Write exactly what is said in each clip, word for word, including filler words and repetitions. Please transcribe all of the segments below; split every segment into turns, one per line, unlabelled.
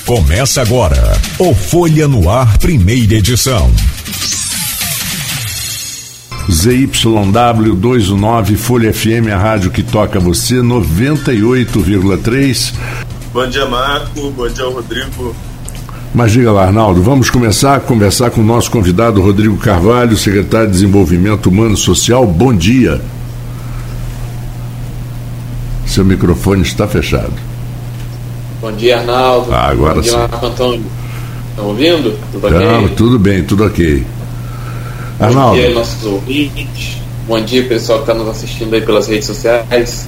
Começa agora o Folha no Ar, primeira edição.
Z Y W duzentos e nove, Folha F M, a rádio que toca você, noventa e oito vírgula três.
Bom dia, Marco. Bom dia, Rodrigo.
Mas diga lá, Arnaldo, vamos começar a conversar com o nosso convidado Rodrigo Carvalho, secretário de Desenvolvimento Humano e Social. Bom dia. Seu microfone está fechado.
Bom dia, Arnaldo.
Ah, agora
Bom dia,
sim.
Marco Antônio. Estão ouvindo? Tudo
Não,
ok?
tudo bem, tudo ok.
Bom
Arnaldo.
dia, nossos ouvintes. Bom dia, pessoal que está nos assistindo aí pelas redes sociais.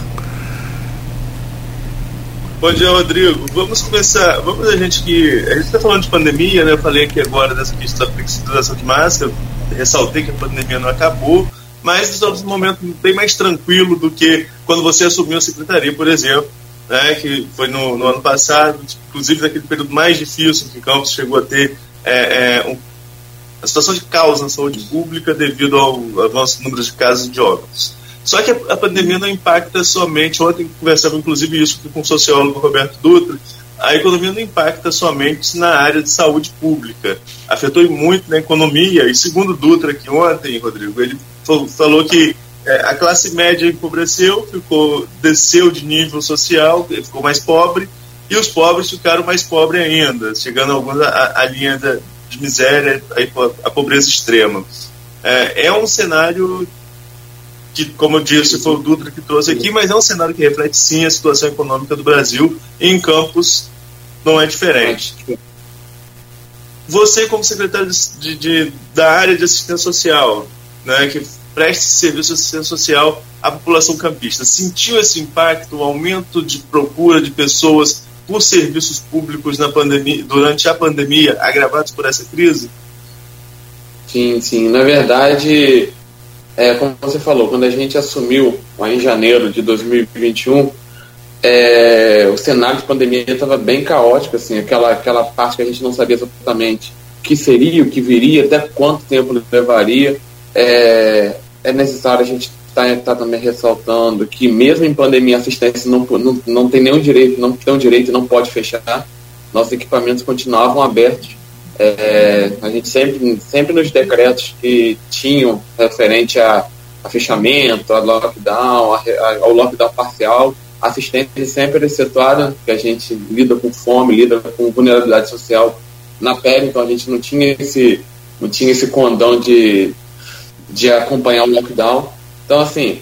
Bom dia, Rodrigo. Vamos começar. Vamos a gente que. A gente está falando de pandemia, né? Eu falei aqui agora dessa questão da flexibilização de máscara. Ressaltei que a pandemia não acabou, mas estamos num momento bem mais tranquilo do que quando você assumiu a secretaria, por exemplo, né? Que foi no, no ano passado, inclusive naquele período mais difícil que Campos chegou a ter é, é, um, a situação de caos na saúde pública devido ao avanço do número de casos de óbitos. Só que a, a pandemia não impacta somente, ontem conversava inclusive isso com o sociólogo Roberto Dutra, a economia não impacta somente na área de saúde pública, afetou muito na economia, e segundo Dutra aqui ontem, Rodrigo, ele falou que é, a classe média empobreceu, ficou, desceu de nível social, ficou mais pobre, e os pobres ficaram mais pobres ainda, chegando a alguns a, a linha da, de miséria, a, a pobreza extrema. É, é um cenário que, como eu disse, foi o Dutra que trouxe aqui, mas é um cenário que reflete sim a situação econômica do Brasil, e em Campos não é diferente. Você, como secretário de, de, da área de assistência social, né, que presta serviço de assistência social à população campista, sentiu esse impacto, o aumento de procura de pessoas por serviços públicos na pandemia, durante a pandemia, agravados por essa crise?
Sim, sim. Na verdade, é, como você falou, quando a gente assumiu lá em janeiro de dois mil e vinte e um, é, o cenário de pandemia estava bem caótico, assim, aquela, aquela parte que a gente não sabia exatamente o que seria, o que viria, até quanto tempo levaria. É, é necessário a gente estar tá, tá também ressaltando que mesmo em pandemia a assistência não, não, não tem nenhum direito, não tem um direito, não pode fechar. Nossos equipamentos continuavam abertos. É, a gente sempre, sempre nos decretos que tinham referente a, a fechamento, a lockdown, a, a, ao lockdown parcial, a assistência sempre era excetuada, que a gente lida com fome, lida com vulnerabilidade social na pele, então a gente não tinha esse, não tinha esse condão de, de acompanhar o lockdown. Então, assim,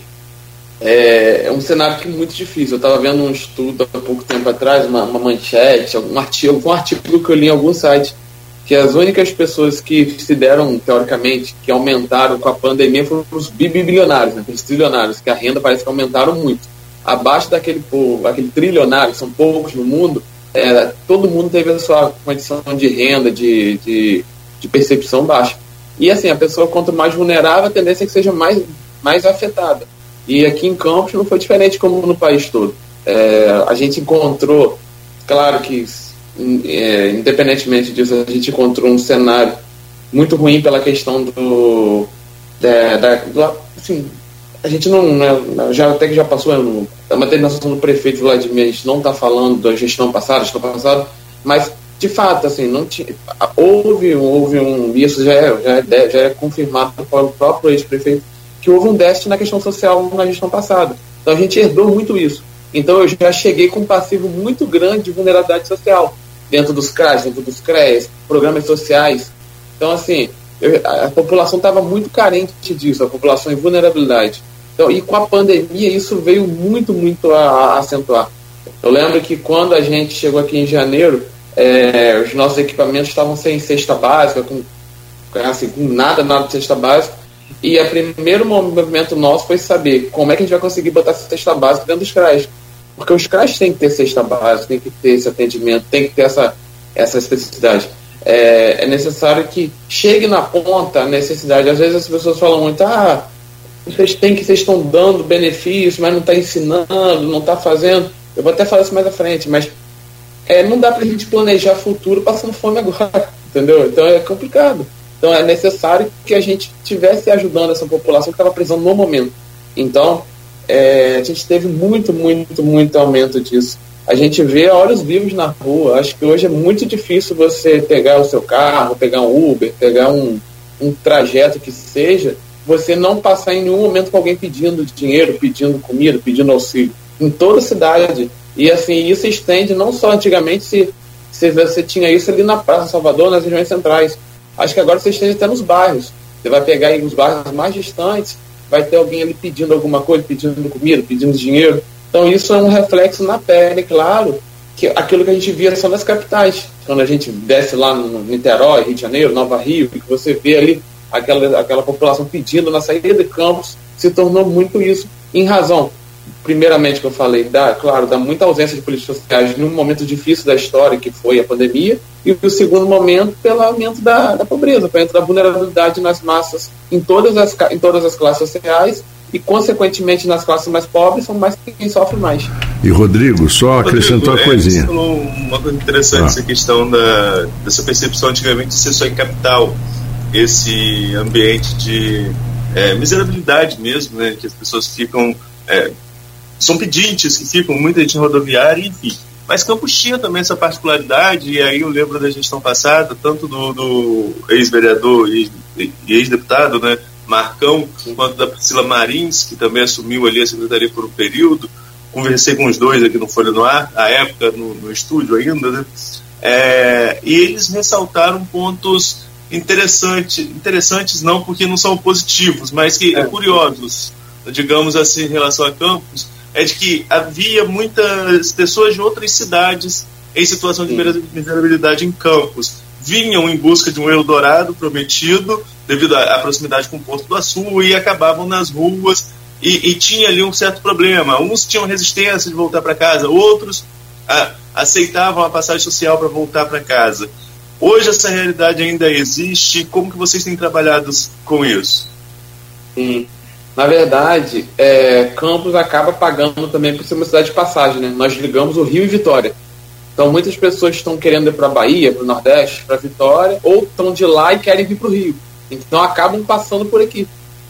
é, é um cenário que é muito difícil. Eu estava vendo um estudo há pouco tempo atrás, uma, uma manchete, um artigo, um artigo que eu li em algum site, que as únicas pessoas que se deram, teoricamente, que aumentaram com a pandemia foram os bibilionários, né, os trilionários, que a renda parece que aumentaram muito. Abaixo daquele povo, aquele trilionário, são poucos no mundo, é, todo mundo teve a sua condição de renda, de, de, de percepção baixa. E assim, a pessoa quanto mais vulnerável, a tendência é que seja mais, mais afetada. E aqui em Campos não foi diferente como no país todo. É, a gente encontrou, claro que é, independentemente disso, a gente encontrou um cenário muito ruim pela questão do, da, da, do assim, a gente não, né, já, até que já passou no, a maternização do prefeito Vladimir, a gente não está falando da gestão passada, gestão passada, mas de fato, assim, não tinha, houve, houve um, isso já é, já é, já é confirmado pelo próprio ex-prefeito, que houve um déficit na questão social na gestão passada. Então a gente herdou muito isso. Então eu já cheguei com um passivo muito grande de vulnerabilidade social, dentro dos C R A S, dentro dos C R E S, programas sociais. Então, assim, eu, a, a população estava muito carente disso, a população em vulnerabilidade. Então, e com a pandemia, isso veio muito, muito a, a acentuar. Eu lembro que quando a gente chegou aqui em janeiro, é, os nossos equipamentos estavam sem cesta básica, com, assim, com nada, nada de cesta básica, e o primeiro movimento nosso foi saber como é que a gente vai conseguir botar essa cesta básica dentro dos C R A S. Porque os C R A S têm que ter cesta básica, tem que ter esse atendimento, tem que ter essa, essa especificidade. É, é necessário que chegue na ponta a necessidade. Às vezes as pessoas falam muito, ah, vocês têm que, vocês estão dando benefício, mas não está ensinando, não está fazendo. Eu vou até falar isso mais à frente, mas é, não dá para a gente planejar futuro passando fome agora, entendeu? Então é complicado. Então é necessário que a gente estivesse ajudando essa população que estava precisando no momento. Então, É, a gente teve muito, muito, muito aumento disso. a gente vê a olhos vivos na rua. Acho que hoje é muito difícil você pegar o seu carro, pegar um Uber, pegar um, um trajeto que seja, você não passar em nenhum momento com alguém pedindo dinheiro, pedindo comida, pedindo auxílio. Em toda a cidade. E assim, isso estende não só antigamente, se, se você tinha isso ali na Praça Salvador, nas regiões centrais. Acho que agora você estende até nos bairros. Você vai pegar aí os bairros mais distantes, vai ter alguém ali pedindo alguma coisa, pedindo comida, pedindo dinheiro. Então isso é um reflexo na pele, claro, que aquilo que a gente via só nas capitais. Quando a gente desce lá no Niterói, Rio de Janeiro, Nova Rio, que você vê ali aquela, aquela população pedindo na saída de campos, se tornou muito isso, em razão, primeiramente, que eu falei, da, claro, da muita ausência de políticas sociais num momento difícil da história, que foi a pandemia, e o segundo momento pelo aumento da, da pobreza, pelo aumento da vulnerabilidade nas massas, em todas as, em todas as classes sociais, e, consequentemente, nas classes mais pobres, são mais quem sofre mais.
E, Rodrigo, só acrescentar uma coisinha.
Você falou uma coisa interessante, ah. essa questão da, dessa percepção antigamente de ser só em capital, esse ambiente de é, miserabilidade mesmo, né, que as pessoas ficam... É, são pedintes que ficam, muita gente em rodoviária, enfim. Mas Campos tinha também essa particularidade, e aí eu lembro da gestão passada, tanto do, do ex-vereador e ex-deputado, né, Marcão, quanto da Priscila Marins, que também assumiu ali a secretaria por um período. Conversei com os dois aqui no Folha no Ar, à época no, no estúdio ainda, né? É, e eles ressaltaram pontos interessantes, interessantes não porque não são positivos, mas que é. curiosos, digamos assim, em relação a Campos, é de que havia muitas pessoas de outras cidades em situação de miserabilidade em Campos. Vinham em busca de um Eldorado prometido, devido à proximidade com o Porto do Açu, e acabavam nas ruas, e, e tinha ali um certo problema. Uns tinham resistência de voltar para casa, outros a, aceitavam a passagem social para voltar para casa. Hoje essa realidade ainda existe. Como que vocês têm trabalhado com isso?
Sim. Na verdade, é, Campos acaba pagando também por ser uma cidade de passagem, né? Nós ligamos o Rio e Vitória. Então muitas pessoas estão querendo ir para a Bahia, para o Nordeste, para Vitória, ou estão de lá e querem vir para o Rio. Então acabam passando por aqui.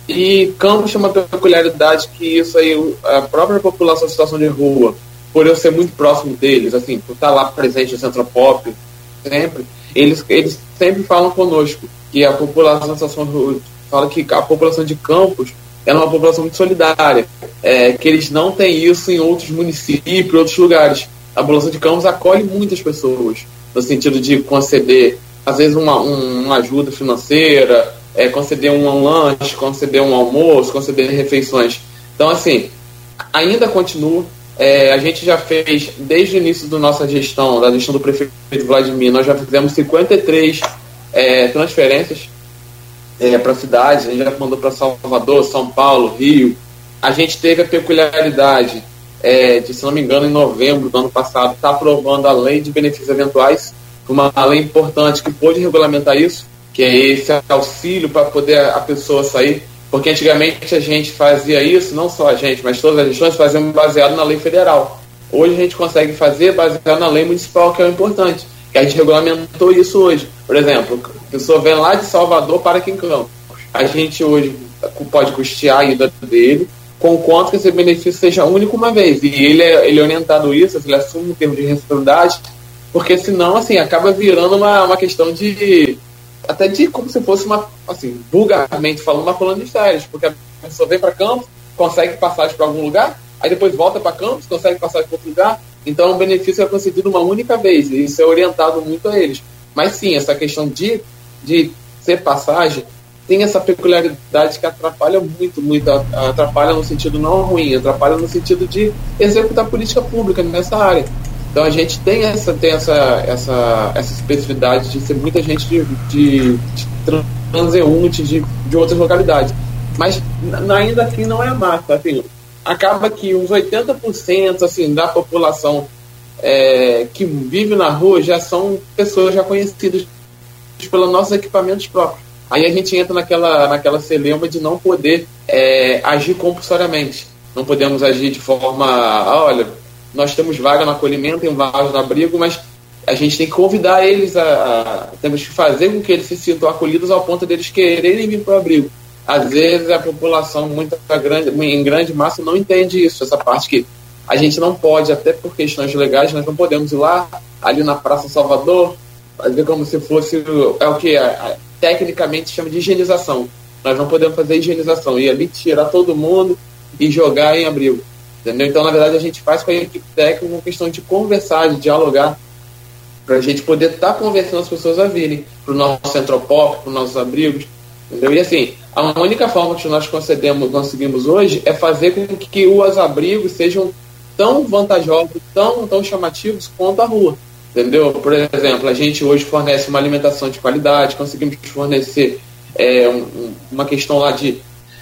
E Campos tem uma peculiaridade que isso aí, a própria população em situação de rua, por eu ser muito próximo deles, assim, por estar lá presente no Centro Pop, sempre, eles, eles sempre falam conosco que a população em situação de rua, fala que a população de Campos é uma população muito solidária, é, que eles não têm isso em outros municípios, em outros lugares. A população de Campos acolhe muitas pessoas, no sentido de conceder, às vezes, uma, um, uma ajuda financeira, é, conceder um lanche, conceder um almoço, conceder refeições. Então, assim, ainda continua. É, a gente já fez, desde o início da nossa gestão, da gestão do prefeito Vladimir, nós já fizemos cinquenta e três é, transferências é, para cidades. A gente já mandou para Salvador, São Paulo, Rio. A gente teve a peculiaridade é, de, se não me engano, em novembro do ano passado, está aprovando a lei de benefícios eventuais, uma lei importante que pôde regulamentar isso, que é esse auxílio para poder a pessoa sair, porque antigamente a gente fazia isso, não só a gente, mas todas as gestões faziam baseado na lei federal. Hoje a gente consegue fazer baseado na lei municipal, que é o importante, que a gente regulamentou isso hoje. Por exemplo, a pessoa vem lá de Salvador para aqui em Campos. A gente hoje pode custear a ida dele, com quanto que esse benefício seja único uma vez. E ele é, ele é orientado isso, ele assume um termo de responsabilidade, porque senão, assim, acaba virando uma, uma questão de... até de como se fosse uma, assim, vulgarmente falando, uma colônia de férias, porque a pessoa vem para Campos, consegue passagem para algum lugar, aí depois volta para Campos, consegue passagem para outro lugar, então o benefício é concedido uma única vez, e isso é orientado muito a eles. Mas sim, essa questão de, de ser passagem tem essa peculiaridade que atrapalha muito, muito, atrapalha no sentido não ruim, atrapalha no sentido de executar política pública nessa área. Então a gente tem essa, tem essa, essa, essa especificidade de ser muita gente de, de, de transeunte de, de outras localidades. Mas ainda assim não é massa. Assim, acaba que uns oitenta por cento assim, da população é, que vive na rua já são pessoas já conhecidas pelos nossos equipamentos próprios. Aí a gente entra naquela, naquela celeuma de não poder é, agir compulsoriamente. Não podemos agir de forma... Ah, olha... nós temos vaga no acolhimento, tem vaga no abrigo, mas a gente tem que convidar eles a, a... temos que fazer com que eles se sintam acolhidos ao ponto deles quererem vir para o abrigo. Às vezes a população, muito grande, em grande massa, não entende isso, essa parte que a gente não pode, até por questões legais, nós não podemos ir lá, ali na Praça Salvador, fazer como se fosse, é o que é, tecnicamente chama de higienização. Nós não podemos fazer higienização, ir ali tirar todo mundo e jogar em abrigo, entendeu? Então, na verdade, a gente faz com a equipe técnica uma questão de conversar, de dialogar, para a gente poder estar tá convencendo as pessoas a virem para o nosso Centropop, para os nossos abrigos, entendeu? E assim, a única forma que nós concedemos, conseguimos hoje é fazer com que os abrigos sejam tão vantajosos, tão, tão chamativos quanto a rua, entendeu? Por exemplo, a gente hoje fornece uma alimentação de qualidade, conseguimos fornecer é, um, uma questão lá de,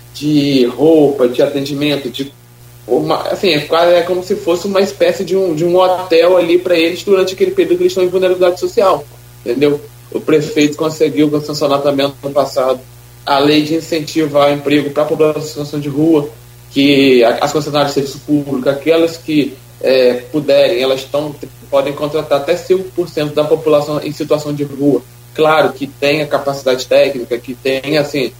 de roupa, de atendimento, de uma, assim, é, é como se fosse uma espécie de um, de um hotel ali para eles durante aquele período que eles estão em vulnerabilidade social, entendeu? O prefeito conseguiu sancionar também no passado a lei de incentivo ao emprego para a população em situação de rua, que as concessionárias de serviço público, aquelas que é, puderem, elas tão, podem contratar até cinco por cento da população em situação de rua. Claro que tenha capacidade técnica, que tenha assim,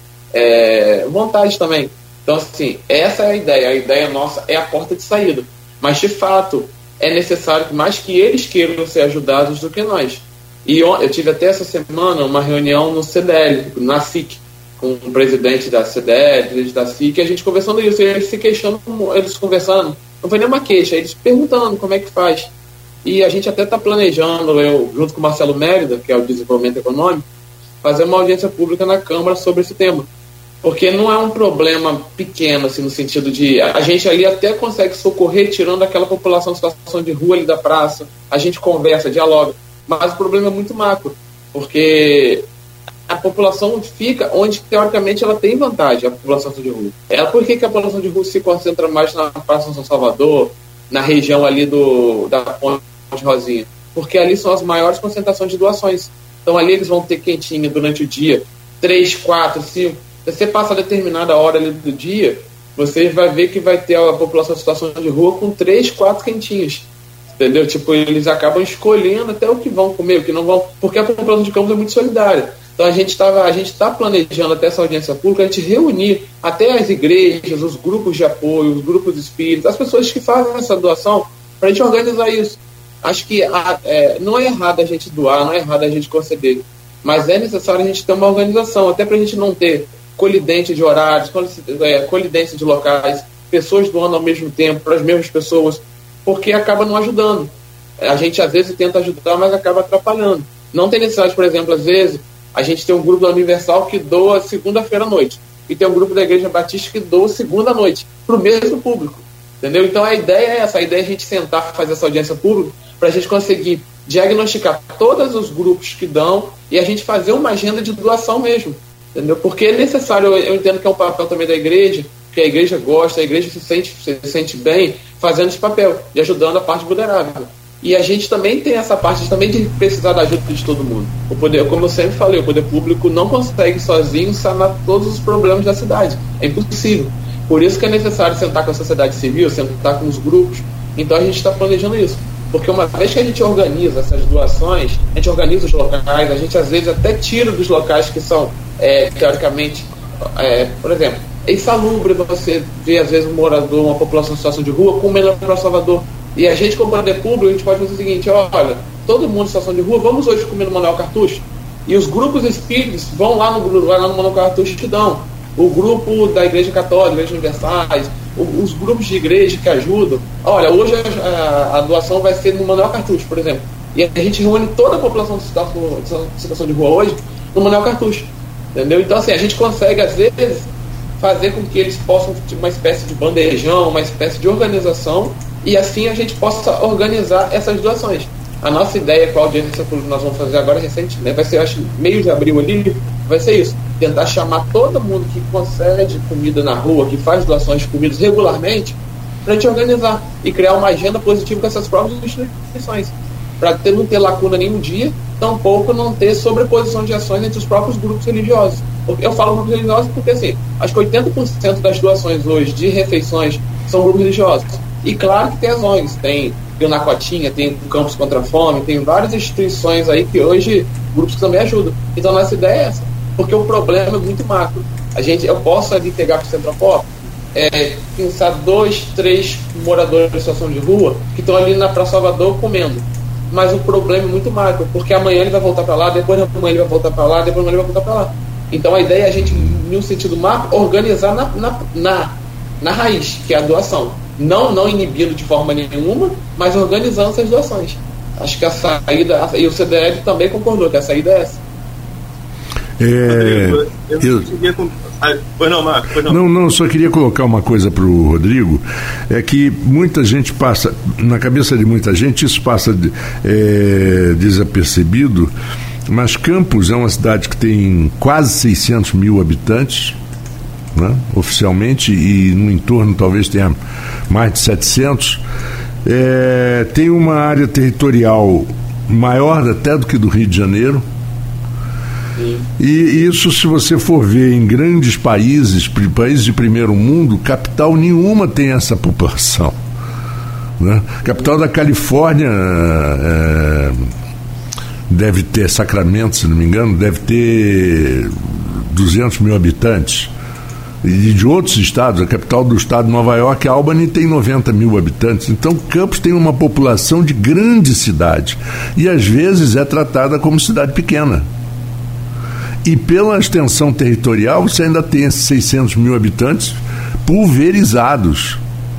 é, vontade também. Então, assim, essa é a ideia. A ideia nossa é a porta de saída. Mas, de fato, é necessário que mais que eles queiram ser ajudados do que nós. E eu tive até essa semana uma reunião no C D L, na S I C, com o presidente da C D L, presidente da S I C, e a gente conversando isso, e eles se queixando, eles conversando, não foi nem uma queixa, eles perguntando como é que faz. E a gente até está planejando, eu, junto com o Marcelo Mérida, que é o desenvolvimento econômico, fazer uma audiência pública na Câmara sobre esse tema. Porque não é um problema pequeno, assim, no sentido de... A gente ali até consegue socorrer tirando aquela população em situação de rua ali da praça, a gente conversa, dialoga, mas o problema é muito macro, porque a população fica onde, teoricamente, ela tem vantagem, a população de rua. É por que, que a população de rua se concentra mais na Praça São Salvador, na região ali do, da Ponte Rosinha? Porque ali são as maiores concentrações de doações. Então ali eles vão ter quentinha durante o dia, três, quatro, cinco. Se você passa a determinada hora ali do dia, você vai ver que vai ter a população em situação de rua com três, quatro quentinhas. Entendeu? Tipo, eles acabam escolhendo até o que vão comer, o que não vão, porque a população de Campos é muito solidária. Então a gente estava, a gente está planejando até essa audiência pública, a gente reunir até as igrejas, os grupos de apoio, os grupos espíritas, as pessoas que fazem essa doação, para a gente organizar isso. Acho que a, é, não é errado a gente doar, não é errado a gente conceder, mas é necessário a gente ter uma organização, até para a gente não ter colidente de horários, colidência de locais, pessoas doando ao mesmo tempo para as mesmas pessoas, porque acaba não ajudando. A gente às vezes tenta ajudar, mas acaba atrapalhando. Não tem necessidade, por exemplo, às vezes a gente tem um grupo da Universal que doa segunda-feira à noite, e tem um grupo da Igreja Batista que doa segunda à noite, para o mesmo público, entendeu? Então a ideia é essa, a ideia é a gente sentar, fazer essa audiência pública, para a gente conseguir diagnosticar todos os grupos que dão, e a gente fazer uma agenda de doação mesmo, entendeu? Porque é necessário, eu entendo que é um papel também da igreja, que a igreja gosta, a igreja se sente, se sente bem fazendo esse papel, de ajudando a parte vulnerável. E a gente também tem essa parte também de precisar da ajuda de todo mundo. O poder, como eu sempre falei, o poder público não consegue sozinho sanar todos os problemas da cidade. É impossível. Por isso que é necessário sentar com a sociedade civil, sentar com os grupos. Então a gente está planejando isso. Porque uma vez que a gente organiza essas doações, a gente organiza os locais, a gente às vezes até tira dos locais que são, é, teoricamente, é, por exemplo, é insalubre você ver às vezes um morador, uma população em situação de rua, com melhor para Salvador. E a gente, como poder público, a gente pode fazer o seguinte: olha, todo mundo em situação de rua, vamos hoje comer no Manuel Cartucho. E os grupos espíritas vão lá no, lá no Manuel Cartucho e te dão. O grupo da Igreja Católica, Igreja Universais, os grupos de igreja que ajudam. Olha, hoje a, a, a doação vai ser no Manuel Cartucho, por exemplo. E a gente reúne toda a população de situação, de situação de rua hoje no Manuel Cartucho. Entendeu? Então, assim, a gente consegue, às vezes, fazer com que eles possam ter uma espécie de bandejão, uma espécie de organização, e assim a gente possa organizar essas doações. A nossa ideia com a audiência que nós vamos fazer agora recente, né, vai ser, acho, meio de abril ali, vai ser isso: tentar chamar todo mundo que concede comida na rua, que faz doações de comidas regularmente, para a gente organizar e criar uma agenda positiva com essas próprias instituições, para ter, não ter lacuna nenhum dia, tampouco não ter sobreposição de ações entre os próprios grupos religiosos. Eu falo grupos religiosos porque, assim, acho que oitenta por cento das doações hoje de refeições são grupos religiosos. E claro que tem as O N Gs, tem, tem o Nacotinha, tem o Campos Contra a Fome, tem várias instituições aí que hoje, grupos que também ajudam. Então nossa ideia é essa, porque o problema é muito macro. A gente, eu posso ali pegar para o Centropop, é, pensar dois, três moradores de situação de rua que estão ali na Praça Salvador comendo. Mas o problema é muito macro, porque amanhã ele vai voltar para lá, depois amanhã ele vai voltar para lá, depois amanhã ele vai voltar para lá. Então a ideia é a gente, em um sentido macro, organizar na, na, na, na raiz, que é a doação. Não, não inibindo de forma nenhuma, mas organizando essas doações. Acho que a saída, e o C D L também concordou que a saída é essa.
É,
eu, eu, eu... Com... Ah, pois não, Marco, pois não.
Não, não, só queria colocar uma coisa para o Rodrigo, é que muita gente passa, na cabeça de muita gente, isso passa é, desapercebido, mas Campos é uma cidade que tem quase seiscentos mil habitantes, né, oficialmente, e no entorno talvez tenha mais de setecentos. É, tem uma área territorial maior até do que do Rio de Janeiro. Sim. E isso, se você for ver em grandes países, países de primeiro mundo, capital nenhuma tem essa população, né? Capital da Califórnia é, deve ter, Sacramento, se não me engano, deve ter duzentos mil habitantes. E de outros estados, a capital do estado de Nova York, Albany, tem noventa mil habitantes. Então Campos tem uma população de grande cidade e às vezes é tratada como cidade pequena. E pela extensão territorial você ainda tem esses seiscentos mil habitantes pulverizados,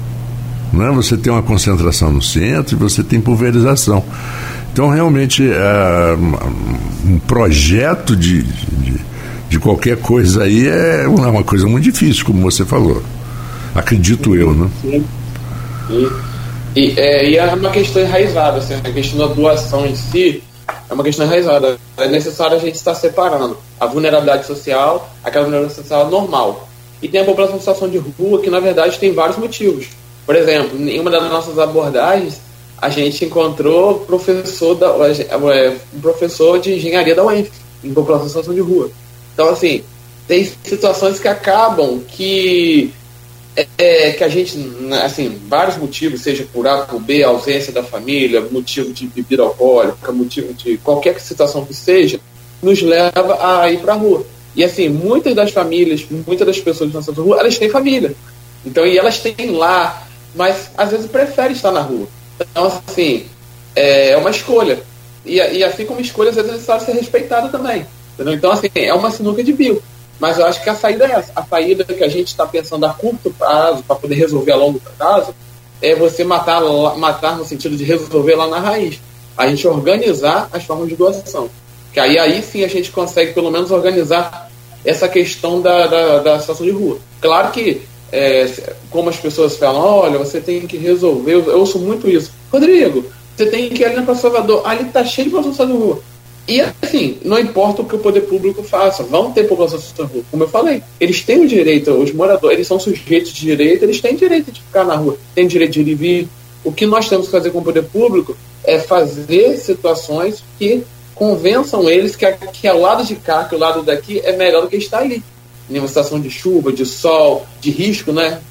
né? Você tem uma concentração no centro e você tem pulverização. Então realmente é, um projeto de, de, de qualquer coisa aí é uma coisa muito difícil, como você falou. Acredito eu, né?
Sim. E, e, é, e é uma questão enraizada, assim, a questão da doação em si é uma questão enraizada. É necessário a gente estar separando a vulnerabilidade social, aquela vulnerabilidade social normal. E tem a população em situação de rua, que na verdade tem vários motivos. Por exemplo, em uma das nossas abordagens, a gente encontrou professor da, um professor de engenharia da U E N F, em população em situação de rua. Então, assim, tem situações que acabam que, é, que a gente, assim, vários motivos, seja por A, por B, ausência da família, motivo de bebida alcoólica, motivo de qualquer situação que seja, nos leva a ir para a rua. E, assim, muitas das famílias, muitas das pessoas na situação de rua, elas têm família. Então, e elas têm lá, mas às vezes preferem estar na rua. Então, assim, é uma escolha. E, e assim como escolha, às vezes é necessário ser respeitada também. Entendeu? Então, assim, é uma sinuca de bico. Mas eu acho que a saída é essa. A saída que a gente está pensando a curto prazo, para poder resolver a longo prazo, é você matar, matar no sentido de resolver lá na raiz. A gente organizar as formas de doação. Que aí, aí sim a gente consegue, pelo menos, organizar essa questão da, da, da situação de rua. Claro que, é, como as pessoas falam, olha, você tem que resolver, eu, eu ouço muito isso. Rodrigo, você tem que ir ali na Praça Salvador, ali está cheio de população de rua. E assim, não importa o que o poder público faça, vão ter população de rua. Como eu falei, eles têm o direito, os moradores, eles são sujeitos de direito, eles têm direito de ficar na rua, têm direito de ir e vir. O que nós temos que fazer com o poder público é fazer situações que convençam eles que, que o lado de cá, que o lado daqui é melhor do que estar ali. Em uma situação de chuva, de sol, de risco, né?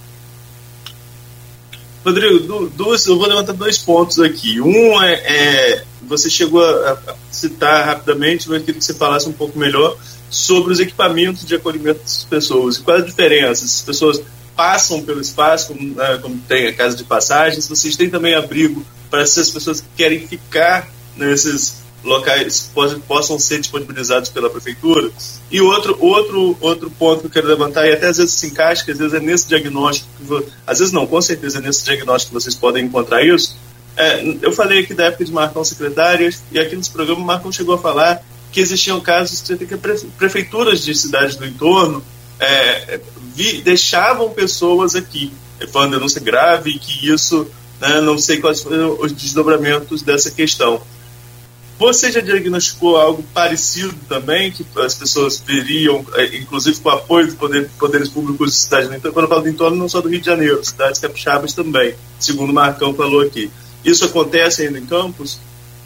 Rodrigo, duas, eu vou levantar dois pontos aqui. Um é, é você chegou a, a citar rapidamente, mas eu queria que você falasse um pouco melhor sobre os equipamentos de acolhimento dessas pessoas. Qual é a diferença? As pessoas passam pelo espaço, como, né, como tem a casa de passagens, vocês têm também abrigo para essas pessoas que querem ficar nesses locais possam, possam ser disponibilizados pela prefeitura. E outro, outro, outro ponto que eu quero levantar, e até às vezes se encaixa, que às vezes é nesse diagnóstico, que, às vezes não, com certeza é nesse diagnóstico que vocês podem encontrar isso. É, eu falei aqui da época de Marcão secretária, e aqui nesse programa o Marcão chegou a falar que existiam casos que prefeituras de cidades do entorno é, vi, deixavam pessoas aqui, foi uma denúncia grave, e que isso, né, não sei quais foram os desdobramentos dessa questão. Você já diagnosticou algo parecido também, que as pessoas veriam, inclusive com o apoio dos poder, poderes públicos de cidades do entorno? Quando eu falo do entorno, não só do Rio de Janeiro, cidades capixabas também, segundo o Marcão falou aqui. Isso acontece ainda em Campos?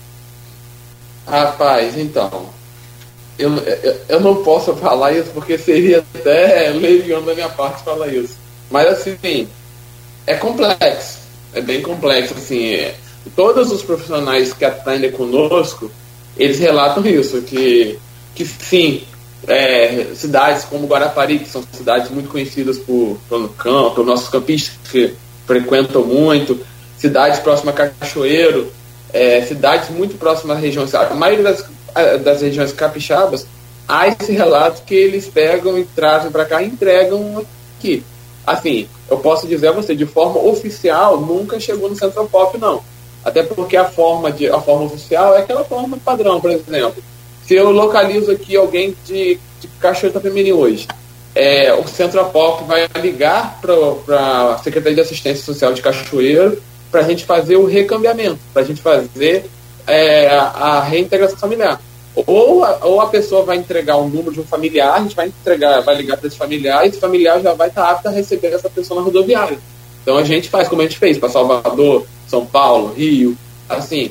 Rapaz, então, eu, eu, eu não posso falar isso porque seria até leviano da minha parte falar isso. Mas, assim, é complexo, é bem complexo, assim, é... Todos os profissionais que atendem conosco, eles relatam isso, que, que sim, é, cidades como Guarapari, que são cidades muito conhecidas por, pelo campo, pelos nossos campistas que frequentam muito, cidades próximas a Cachoeiro, é, cidades muito próximas à região, a maioria das, das regiões capixabas, há esse relato que eles pegam e trazem para cá e entregam aqui. Assim, eu posso dizer a você, de forma oficial, nunca chegou no Centropop, não. Até porque a forma, de, a forma oficial é aquela forma padrão, por exemplo. Se eu localizo aqui alguém de, de Cachoeiro Itapemirim hoje, é, o Centropop vai ligar para a Secretaria de Assistência Social de Cachoeiro para a gente fazer o recambiamento, para a gente fazer é, a, a reintegração familiar. Ou a, ou a pessoa vai entregar um número de um familiar, a gente vai entregar, vai ligar para esse familiar, e esse familiar já vai estar apto a receber essa pessoa na rodoviária. Então a gente faz como a gente fez para Salvador, São Paulo, Rio, assim.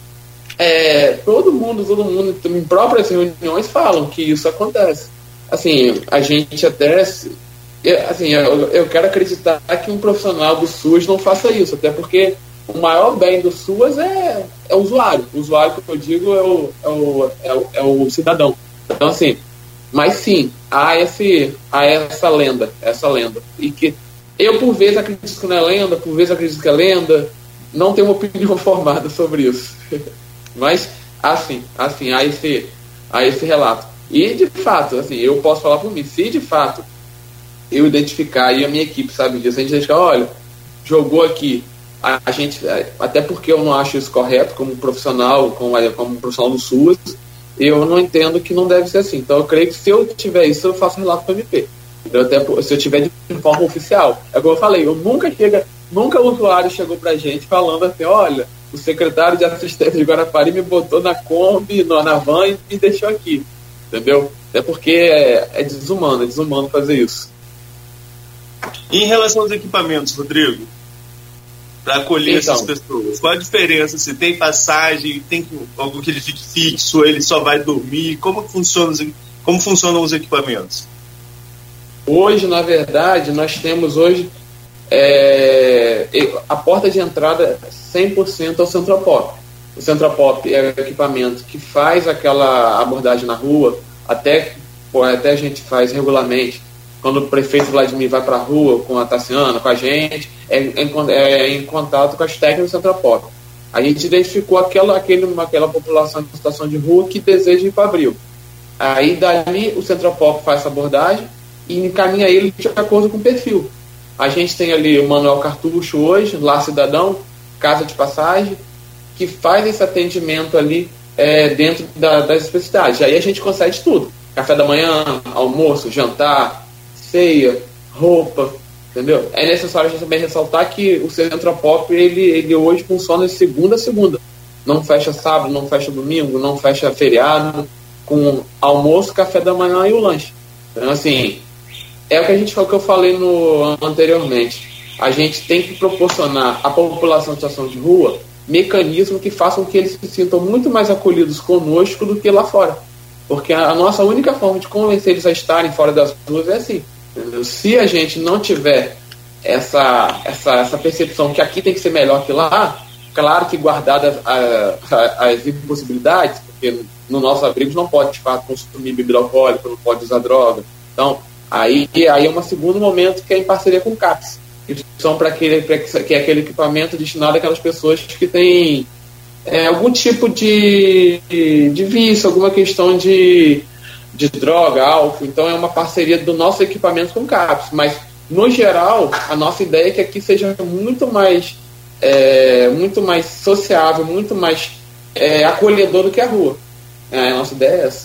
É, todo mundo, todo mundo, em próprias reuniões falam que isso acontece. Assim, a gente até, assim, eu, eu quero acreditar que um profissional do SUS não faça isso, até porque o maior bem do SUS é, é o usuário. O usuário, que eu digo, é o, é o, é o, é o cidadão. Então, assim, mas sim, há, esse, há essa lenda, essa lenda. E que eu, por vezes, acredito que não é lenda, por vezes acredito que é lenda, não tenho uma opinião formada sobre isso. Mas, assim, assim, há esse, há esse relato. E, de fato, assim, eu posso falar por mim, se de fato eu identificar, e a minha equipe sabe disso, a gente identificar, olha, jogou aqui, a, a gente, até porque eu não acho isso correto como profissional, como, como profissional do SUS, eu não entendo que não deve ser assim. Então, eu creio que se eu tiver isso, eu faço relato para o M P. Então, até, se eu tiver de forma oficial. É como eu falei, eu nunca chega, nunca o usuário chegou pra gente falando assim, olha, o secretário de assistência de Guarapari me botou na Kombi, na van e me deixou aqui. Entendeu? Até porque é, é desumano, é desumano fazer isso.
E em relação aos equipamentos, Rodrigo, para acolher então, essas pessoas, qual a diferença? Se tem passagem, tem algum que ele fique fixo, ele só vai dormir? Como funciona, como funcionam os equipamentos?
Hoje, na verdade, nós temos hoje é, a porta de entrada cem por cento ao Centropop. O Centropop é o equipamento que faz aquela abordagem na rua, até, até a gente faz regularmente, quando o prefeito Vladimir vai para a rua com a Tassiana, com a gente, é, é, é em contato com as técnicas do Centropop. A gente identificou aquela, aquele, aquela população em situação de rua que deseja ir para Abril. Aí, dali, o Centropop faz essa abordagem e encaminha ele de acordo com o perfil. A gente tem ali o Manuel Cartucho hoje, Lá Cidadão, Casa de Passagem, que faz esse atendimento ali é, dentro da, das especificidades. Aí a gente consegue tudo. Café da manhã, almoço, jantar, ceia, roupa, entendeu? É necessário a gente também ressaltar que o Centropop, ele, ele hoje funciona de segunda a segunda. Não fecha sábado, não fecha domingo, não fecha feriado, com almoço, café da manhã e o lanche. Então, assim, é o que a gente falou, que eu falei no, anteriormente. A gente tem que proporcionar à população em situação de rua mecanismos que façam que eles se sintam muito mais acolhidos conosco do que lá fora. Porque a, a nossa única forma de convencer eles a estarem fora das ruas é assim. Entendeu? Se a gente não tiver essa, essa, essa percepção que aqui tem que ser melhor que lá, claro que guardadas as impossibilidades, porque no nosso abrigo não pode, de fato, consumir bebida alcoólica, não pode usar droga. Então, aí, aí é um segundo momento que é em parceria com o CAPS, que são para aquele, pra, que é aquele equipamento destinado àquelas pessoas que têm é, algum tipo de, de, de vício, alguma questão de, de droga, álcool. Então é uma parceria do nosso equipamento com o CAPS. Mas, no geral, a nossa ideia é que aqui seja muito mais, é, muito mais sociável, muito mais é, acolhedor do que a rua. É, a nossa ideia é essa.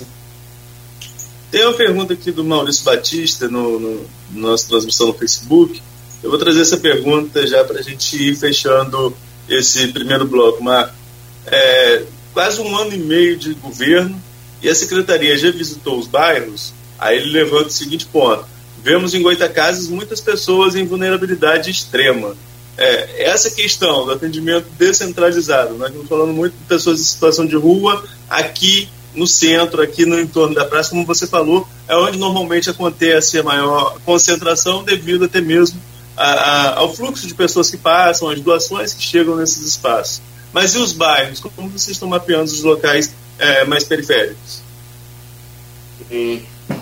Tem uma pergunta aqui do Maurício Batista no, no, no nossa transmissão no Facebook. Eu vou trazer essa pergunta já para a gente ir fechando esse primeiro bloco, Marco. É, quase um ano e meio de governo e a Secretaria já visitou os bairros. Aí ele levanta o seguinte ponto: vemos em Goitacazes muitas pessoas em vulnerabilidade extrema. É, essa questão do atendimento descentralizado, nós estamos falando muito de pessoas em situação de rua aqui no centro, aqui no entorno da praça, como você falou, é onde normalmente acontece a maior concentração, devido até mesmo a, a, ao fluxo de pessoas que passam, as doações que chegam nesses espaços. Mas e os bairros? Como vocês estão mapeando os locais é, mais periféricos?
Hum,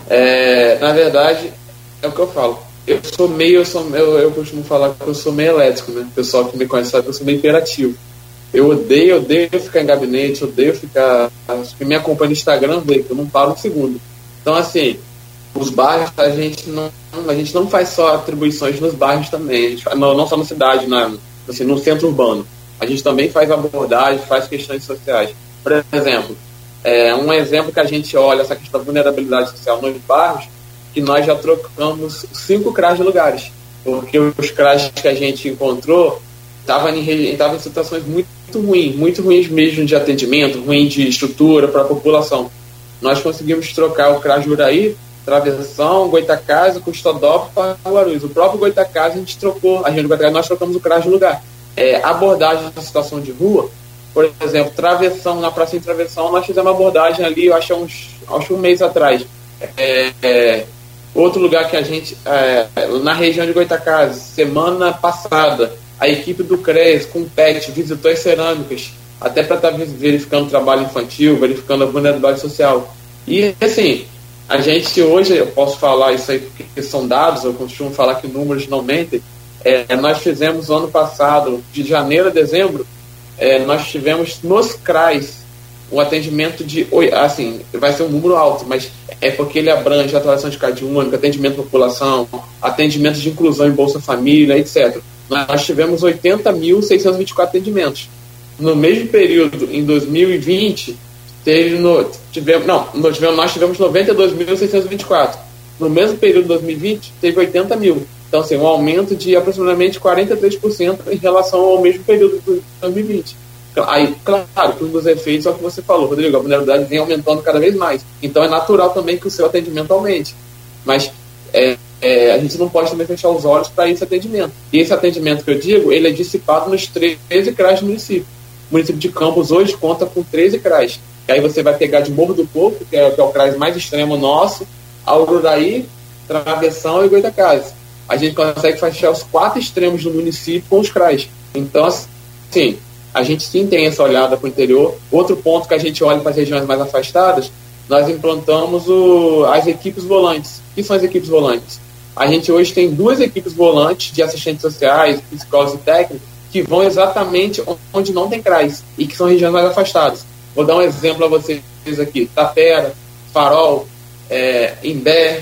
É, na verdade, é o que eu falo. Eu sou meio, eu, sou, eu, eu costumo falar que eu sou meio elétrico, né? O pessoal que me conhece sabe que eu sou meio imperativo. Eu odeio, odeio ficar em gabinete, odeio ficar... Acho que me acompanha no Instagram vê que eu não paro um segundo. Então, assim, os bairros, a gente não, a gente não faz só atribuições nos bairros também. A gente faz, não, não só na cidade, na, assim, no centro urbano. A gente também faz abordagem, faz questões sociais. Por exemplo, é, um exemplo que a gente olha essa questão da vulnerabilidade social nos bairros, que nós já trocamos cinco C R A S de lugares, porque os C R A S que a gente encontrou estavam em, estavam em situações muito ruins, muito ruins mesmo de atendimento, ruim de estrutura para a população. Nós conseguimos trocar o C R A S de Uraí, Travessão, Goitacazes, Custodópolis para Guarulhos. O próprio Goitacazes a gente trocou, a gente nós trocamos o C R A S de lugar. É, abordagem na situação de rua, por exemplo, Travessão, na Praça de Travessão, nós fizemos uma abordagem ali, eu acho, uns, acho um mês atrás. É, é, outro lugar que a gente, é, na região de Goitacazes, semana passada, a equipe do C R E S com o P E T visitou as cerâmicas, até para estar tá verificando o trabalho infantil, verificando a vulnerabilidade social. E, assim, a gente hoje, eu posso falar isso aí porque são dados, eu costumo falar que números não mentem. É, nós fizemos ano passado, de janeiro a dezembro, é, nós tivemos nos C R A S um atendimento de, assim, vai ser um número alto, mas é porque ele abrange a atuação de cade única, atendimento à população, atendimento de inclusão em Bolsa Família, etcétera. Nós tivemos oitenta mil seiscentos e vinte e quatro atendimentos. No mesmo período, em dois mil e vinte, teve no, tivemos, não, nós tivemos, nós tivemos noventa e dois mil seiscentos e vinte e quatro. No mesmo período de dois mil e vinte, teve oitenta mil. Então, assim, um aumento de aproximadamente quarenta e três por cento em relação ao mesmo período de dois mil e vinte. Aí, claro, que um dos efeitos é o que você falou, Rodrigo, a vulnerabilidade vem aumentando cada vez mais. Então, é natural também que o seu atendimento aumente. Mas é, é, a gente não pode também fechar os olhos para esse atendimento. E esse atendimento que eu digo, ele é dissipado nos treze C R A S do município. O município de Campos hoje conta com treze C R A S. E aí você vai pegar de Morro do Coco, que é, que é o C R A S mais extremo nosso, Aururaí, Travessão e Goitacazes. A gente consegue fechar os quatro extremos do município com os C R A S. Então, assim, a gente sim tem essa olhada para o interior. Outro ponto que a gente olha para as regiões mais afastadas, nós implantamos o, as equipes volantes. O que são as equipes volantes? A gente hoje tem duas equipes volantes de assistentes sociais, psicólogos e técnicos, que vão exatamente onde não tem C R A S e que são regiões mais afastadas. Vou dar um exemplo a vocês aqui. Tapera, Farol, é, Imbé,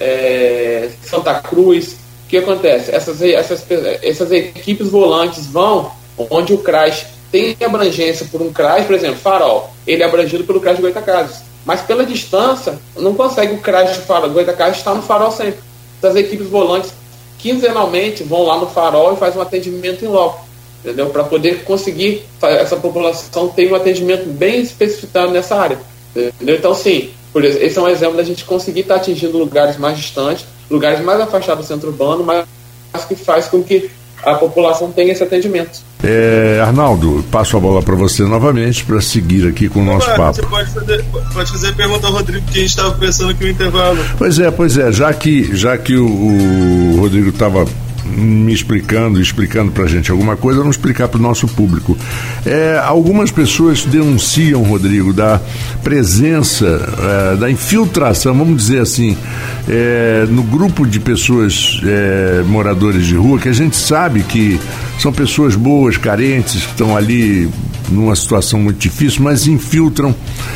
é, Santa Cruz. O que acontece? Essas, essas, essas equipes volantes vão onde o C R A S tem abrangência por um C R A S, por exemplo, Farol, ele é abrangido pelo C R A S de Goitacazes, mas pela distância não consegue o C R A S de Farol, Goitacazes estar no Farol sempre. Então as equipes volantes quinzenalmente vão lá no Farol e fazem um atendimento em loco, entendeu? Para poder conseguir essa população ter um atendimento bem especificado nessa área, entendeu? Então sim, por exemplo, esse é um exemplo da gente conseguir estar atingindo lugares mais distantes, lugares mais afastados do centro urbano, mas que faz com que a população tenha esse atendimento.
É, Arnaldo, passo a bola para você novamente para seguir aqui com o nosso
Agora,
papo.
Você pode fazer, pode fazer a pergunta ao Rodrigo, que a gente estava pensando aqui no intervalo.
Pois é, pois é, já que, já que o, o Rodrigo estava me explicando, explicando para a gente alguma coisa, vamos explicar para o nosso público. É, algumas pessoas denunciam, Rodrigo, da presença, é, da infiltração, vamos dizer assim, é, no grupo de pessoas, é, moradores de rua, que a gente sabe que são pessoas boas, carentes, que estão ali numa situação muito difícil, mas infiltram,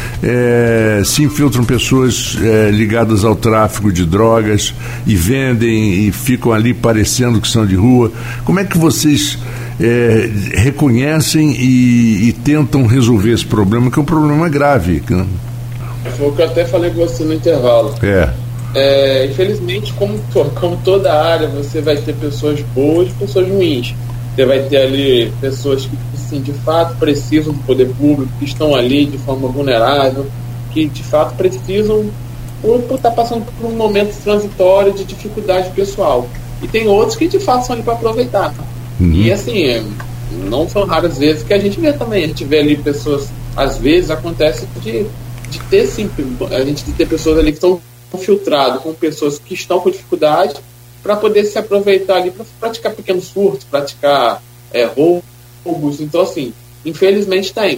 é, se infiltram pessoas é, ligadas ao tráfico de drogas e vendem e ficam ali parecendo que são de rua. Como é que vocês é, reconhecem e, e tentam resolver esse problema, que é um problema grave? Né?
Foi o que eu até falei com você no intervalo.
É.
É, infelizmente, como, como toda área, você vai ter pessoas boas e pessoas ruins. Você vai ter ali pessoas que, assim, de fato precisam do poder público, que estão ali de forma vulnerável, que de fato precisam por, por estar passando por um momento transitório de dificuldade pessoal. E tem outros que de fato são ali para aproveitar. Uhum. E assim, não são raras vezes que a gente vê também. A gente vê ali pessoas, às vezes acontece de, de ter sim, a gente de ter pessoas ali que estão filtradas com pessoas que estão com dificuldade, para poder se aproveitar ali para praticar pequenos furtos, praticar é, roubos. Então, assim, infelizmente tem.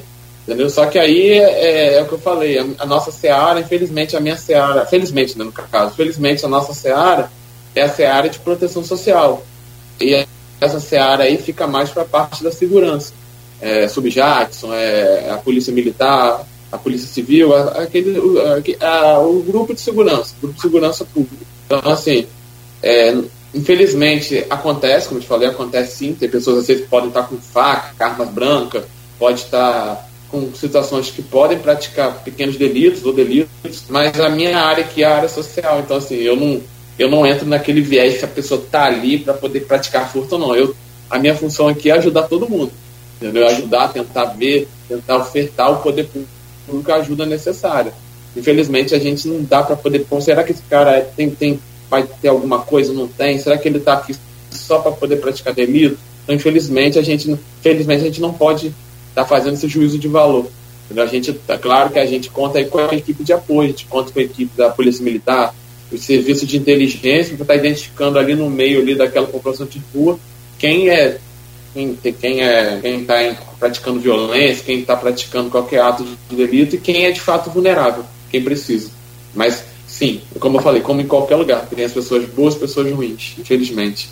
entendeu? Só que aí é, é o que eu falei, a, a nossa seara, infelizmente, a minha seara, felizmente, né, no caso, felizmente a nossa seara é a seara de proteção social. E essa seara aí fica mais para a parte da segurança. É, Subjackson, é, a polícia militar, a polícia civil, a, aquele, o, a, a, o grupo de segurança, o grupo de segurança pública. Então, assim, é, infelizmente acontece, como eu te falei, acontece sim, tem pessoas às vezes que podem estar com faca, armas brancas, pode estar com situações que podem praticar pequenos delitos ou delitos, mas a minha área aqui é a área social, então assim, eu não, eu não entro naquele viés se a pessoa está ali para poder praticar furto ou não. Eu, a minha função aqui é ajudar todo mundo, entendeu? Ajudar, tentar ver, tentar ofertar o poder público a ajuda necessária. Infelizmente a gente não dá para poder, pô, será que esse cara tem, tem, vai ter alguma coisa, não tem? Será que ele está aqui só para poder praticar delito? Então infelizmente a gente, infelizmente, a gente não pode estar tá fazendo esse juízo de valor. Entendeu? A gente, é claro que a gente conta aí com a equipe de apoio, a gente conta com a equipe da Polícia Militar, o serviço de inteligência, para estar tá identificando ali no meio ali daquela população de rua quem é quem quem é quem está praticando violência, quem está praticando qualquer ato de delito e quem é de fato vulnerável, quem precisa. Mas sim, como eu falei, como em qualquer lugar, tem as pessoas boas, pessoas ruins, infelizmente.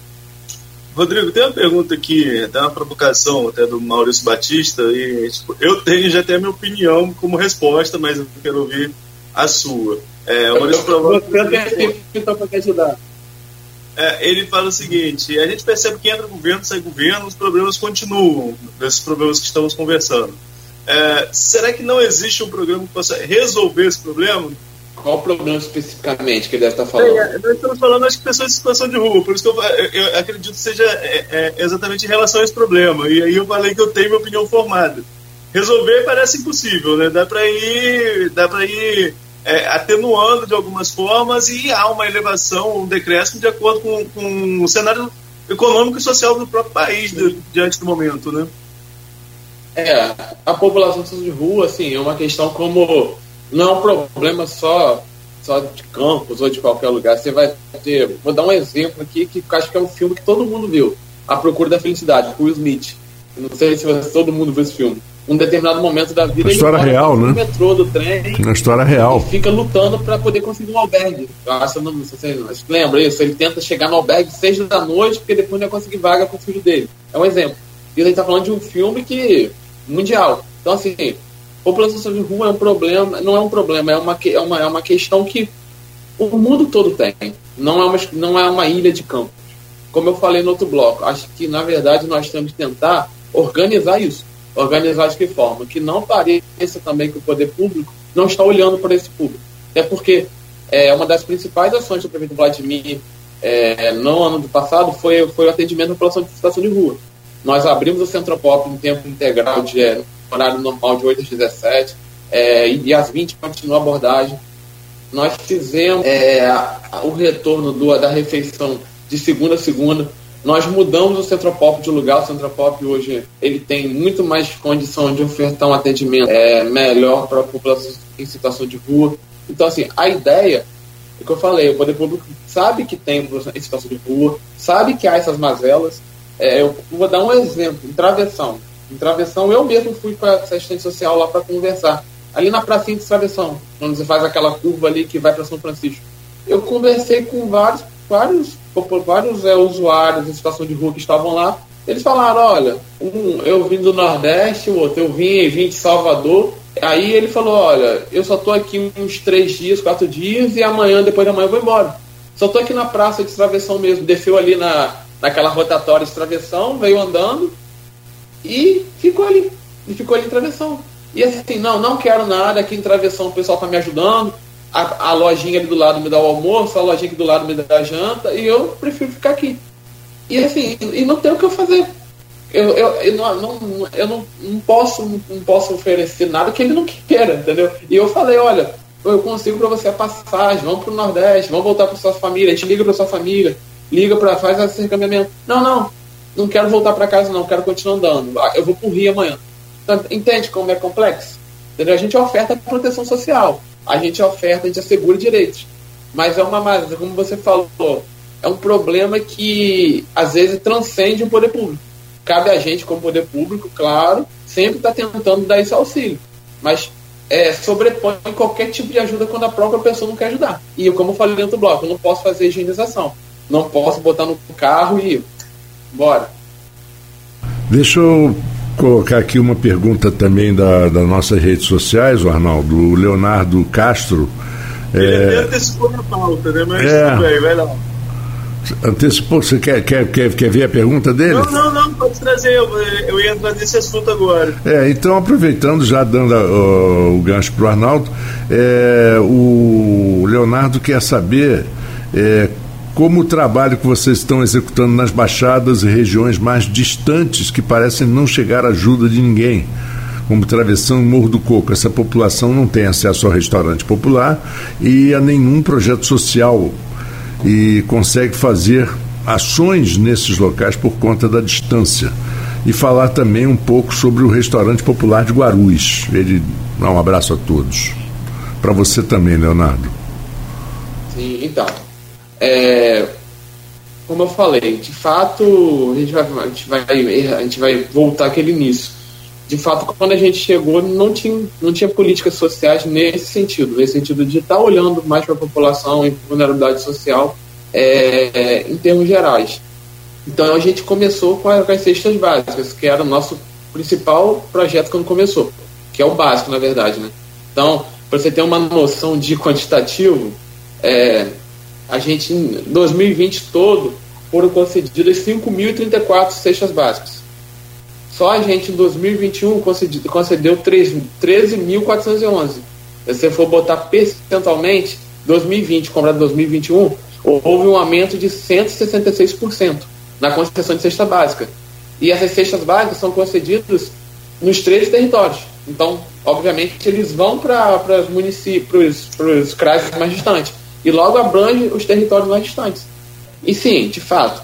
Rodrigo, tem uma pergunta aqui, tem uma provocação até do Maurício Batista, e tipo, eu tenho já tenho a minha opinião como resposta, mas eu quero ouvir a sua. É, o Maurício provoca...
Então, para te ajudar.
É, ele fala o seguinte: a gente percebe que entra governo, sai governo, os problemas continuam, esses problemas que estamos conversando. É, será que não existe um programa que possa resolver esse problema?
Qual o problema especificamente que ele deve estar falando?
É, nós estamos falando, acho que pessoas em situação de rua, por isso que eu, eu, eu acredito que seja é, é, exatamente em relação a esse problema. E aí eu falei que eu tenho minha opinião formada. Resolver parece impossível, né? Dá para ir, dá para ir é, atenuando de algumas formas e há uma elevação, um decréscimo de acordo com, com o cenário econômico e social do próprio país de, diante do momento, né?
É, a população de rua, assim, é uma questão como... Não é um problema só, só de Campos ou de qualquer lugar. Você vai ter... Vou dar um exemplo aqui que acho que é um filme que todo mundo viu. A Procura da Felicidade, com Will Smith. Não sei se todo mundo viu esse filme. Um determinado momento da vida,
a história
ele
real, né?
No metrô, do trem.
Uma história real.
E fica lutando para poder conseguir um albergue. Eu acho, não, não sei se vocês lembram isso. Ele tenta chegar no albergue seis da noite, porque depois não vai conseguir vaga com o filho dele. É um exemplo. E a gente está falando de um filme que mundial. Então, assim, população de rua é um problema, não é um problema, é uma, é uma, é uma questão que o mundo todo tem. Não é, uma, não é uma ilha de Campos. Como eu falei no outro bloco, acho que, na verdade, nós temos que tentar organizar isso. Organizar de que forma? Que não pareça também que o poder público não está olhando para esse público. Até porque é, uma das principais ações do prefeito Vladimir é, no ano do passado foi, foi o atendimento à população de situação de rua. Nós abrimos o Centropop em tempo integral, de é, horário normal de oito às dezessete, é, e às vinte continua a abordagem. Nós fizemos é, o retorno do, da refeição de segunda a segunda. Nós mudamos o Centropop de lugar. O Centropop hoje ele tem muito mais condição de ofertar um atendimento é, melhor para a população em situação de rua. Então, assim, a ideia, é o que eu falei, o poder público sabe que tem população em situação de rua, sabe que há essas mazelas. É, eu vou dar um exemplo, em Travessão. Em Travessão, eu mesmo fui para a assistente social lá para conversar. Ali na pracinha de Travessão, quando você faz aquela curva ali que vai para São Francisco. Eu conversei com vários, vários, vários é, usuários em situação de rua que estavam lá. Eles falaram, olha, um, eu vim do Nordeste, o outro eu vim, vim de Salvador. Aí ele falou, olha, eu só estou aqui uns três dias, quatro dias, e amanhã, depois da manhã eu vou embora. Só estou aqui na praça de Travessão mesmo. Desceu ali na, naquela rotatória de Travessão, veio andando e ficou ali. E ficou ali em Travessão. E assim, não, não quero nada, aqui em Travessão o pessoal está me ajudando, a, a lojinha ali do lado me dá o almoço, a lojinha aqui do lado me dá a janta, e eu prefiro ficar aqui. E assim, e não tem o que eu fazer. Eu, eu, eu, não, não, eu não, não, posso, não posso oferecer nada que ele não queira, entendeu? E eu falei, olha, eu consigo para você a passagem, vamos para o Nordeste, vamos voltar para sua família, a gente liga para sua família, liga para, faz esse encaminhamento. Não, não, não quero voltar para casa não, quero continuar andando, eu vou para o Rio amanhã. Então, entende como é complexo? Entendeu? A gente oferta proteção social, a gente oferta, a gente assegura direitos, mas é uma, como você falou, é um problema que às vezes transcende o poder público. cabe a gente, como poder público, claro, sempre está tentando dar esse auxílio. Mas é, sobrepõe qualquer tipo de ajuda quando a própria pessoa não quer ajudar. E como eu falei dentro do bloco, eu não posso fazer higienização. Não posso botar no carro e ir. Bora.
Deixa eu colocar aqui uma pergunta também da, das nossas redes sociais, o Arnaldo. O Leonardo Castro.
Ele é... até antecipou na pauta, né? Mas
é...
tudo bem, vai lá.
Antecipou, você quer, quer, quer, quer ver a pergunta dele?
Não, não, não, pode trazer, eu, eu ia entrar nesse assunto agora.
É, então, aproveitando, já dando uh, o gancho para o Arnaldo, é, o Leonardo quer saber é, como o trabalho que vocês estão executando nas baixadas e regiões mais distantes, que parecem não chegar à ajuda de ninguém, como Travessão e Morro do Coco. Essa população não tem acesso ao restaurante popular e a nenhum projeto social, e consegue fazer ações nesses locais por conta da distância. E falar também um pouco sobre o restaurante popular de Guarulhos. Ele dá um abraço a todos. Para você também, Leonardo.
Sim, então, é, como eu falei, de fato, a gente vai, a gente vai, a gente vai voltar àquele início. De fato, quando a gente chegou, não tinha, não tinha políticas sociais nesse sentido, nesse sentido de estar olhando mais para a população em vulnerabilidade social, é, é, em termos gerais. Então a gente começou com as cestas básicas, que era o nosso principal projeto quando começou, que é o básico, na verdade, né? Então, para você ter uma noção de quantitativo, é, a gente, em dois mil e vinte todo, foram concedidas cinco mil e trinta e quatro cestas básicas. Só a gente, em dois mil e vinte e um, concedeu, concedeu treze mil quatrocentos e onze. Se você for botar percentualmente, dois mil e vinte comparado a dois mil e vinte e um, houve um aumento de cento e sessenta e seis por cento na concessão de cesta básica. E essas cestas básicas são concedidas nos três territórios. Então, obviamente, eles vão para os municípios, para os C R A S mais distantes. E logo abrange os territórios mais distantes. E sim, de fato,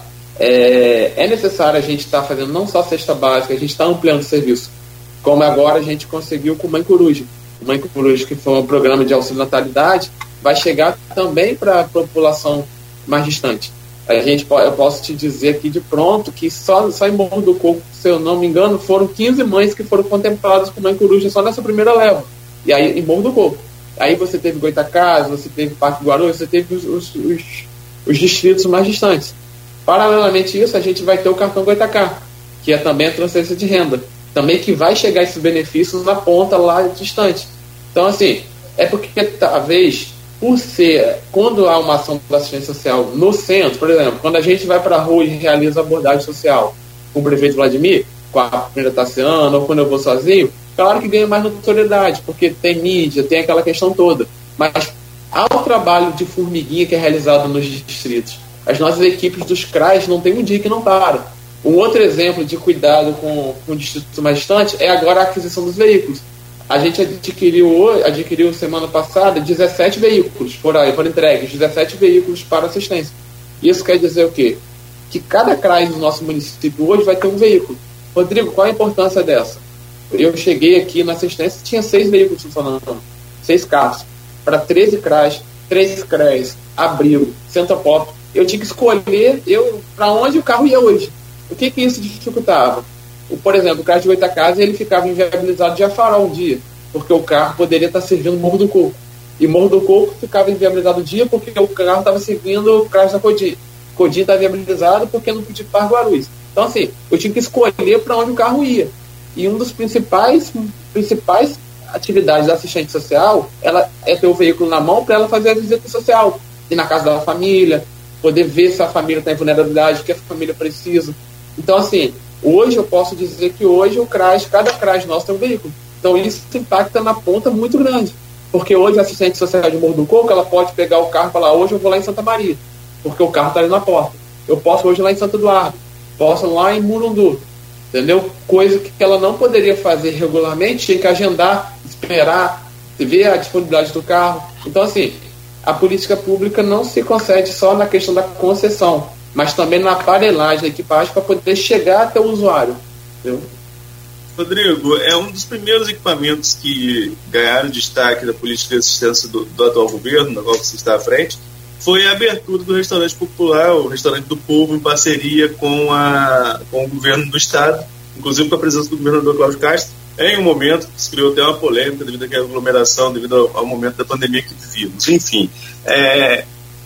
É, é necessário a gente estar tá fazendo não só cesta básica, a gente está ampliando o serviço, como agora a gente conseguiu com o Mãe Coruja. O Mãe Coruja, que foi um programa de auxílio natalidade, vai chegar também para a população mais distante. A gente, eu posso te dizer aqui de pronto que só, só em Morro do Coco, se eu não me engano, foram quinze mães que foram contempladas com Mãe Coruja só nessa primeira leva. E aí, em Morro do Coco. Aí você teve Goitacazes, você teve Parque Guarulhos, você teve os, os, os, os distritos mais distantes. Paralelamente a isso, a gente vai ter o cartão Goitacá, que é também a transferência de renda, também que vai chegar esses benefícios na ponta lá distante. Então, assim, é porque talvez, por ser, quando há uma ação da assistência social no centro, por exemplo, quando a gente vai para a rua e realiza abordagem social com o prefeito Vladimir, com a primeira Tassiana, ou quando eu vou sozinho, claro que ganha mais notoriedade, porque tem mídia, tem aquela questão toda. Mas há o trabalho de formiguinha que é realizado nos distritos. As nossas equipes dos C R A S não tem um dia que não param. Um outro exemplo de cuidado com, com o distrito mais distante é agora a aquisição dos veículos. A gente adquiriu, adquiriu semana passada dezessete veículos, foram, foram entregues, dezessete veículos para assistência. Isso quer dizer o quê? Que cada C R A S do nosso município hoje vai ter um veículo. Rodrigo, qual a importância dessa? Eu cheguei aqui na assistência, tinha seis veículos funcionando, seis carros, para treze C R A S, três C R A S, abrigo, Centropop. Eu tinha que escolher eu, para onde o carro ia hoje. O que que isso dificultava? O, por exemplo, o carro de Goitacazes, ele ficava inviabilizado de Afarol um dia, porque o carro poderia estar servindo Morro do Coco. E Morro do Coco ficava inviabilizado um dia porque o carro estava servindo o carro da Codim. Codim estava inviabilizado porque não podia ir para Guarulhos. Então, assim, eu tinha que escolher para onde o carro ia. E um dos principais, principais atividades da assistente social, ela é ter o veículo na mão para ela fazer a visita social. Ir na casa da família, poder ver se a família está em vulnerabilidade, o que a família precisa. Então, assim, hoje eu posso dizer que hoje o C R A S, cada C R A S nosso tem um veículo. Então, isso impacta na ponta muito grande. Porque hoje a assistente social de Morro do Coco, ela pode pegar o carro e falar, hoje eu vou lá em Santa Maria, porque o carro está ali na porta. Eu posso hoje ir lá em Santo Eduardo, posso ir lá em Murundu, entendeu? Coisa que ela não poderia fazer regularmente, tinha que agendar, esperar, ver a disponibilidade do carro. Então, assim, a política pública não se concede só na questão da concessão, mas também na aparelhagem da equipagem para poder chegar até o usuário. Entendeu?
Rodrigo, é um dos primeiros equipamentos que ganharam destaque da política de assistência do, do atual governo, na qual você está à frente, foi a abertura do Restaurante Popular, o Restaurante do Povo, em parceria com, a, com o governo do estado, inclusive com a presença do governador Cláudio Castro, em um momento que se criou até uma polêmica devido àquela aglomeração, devido ao, ao momento da pandemia que vivíamos. Enfim, é,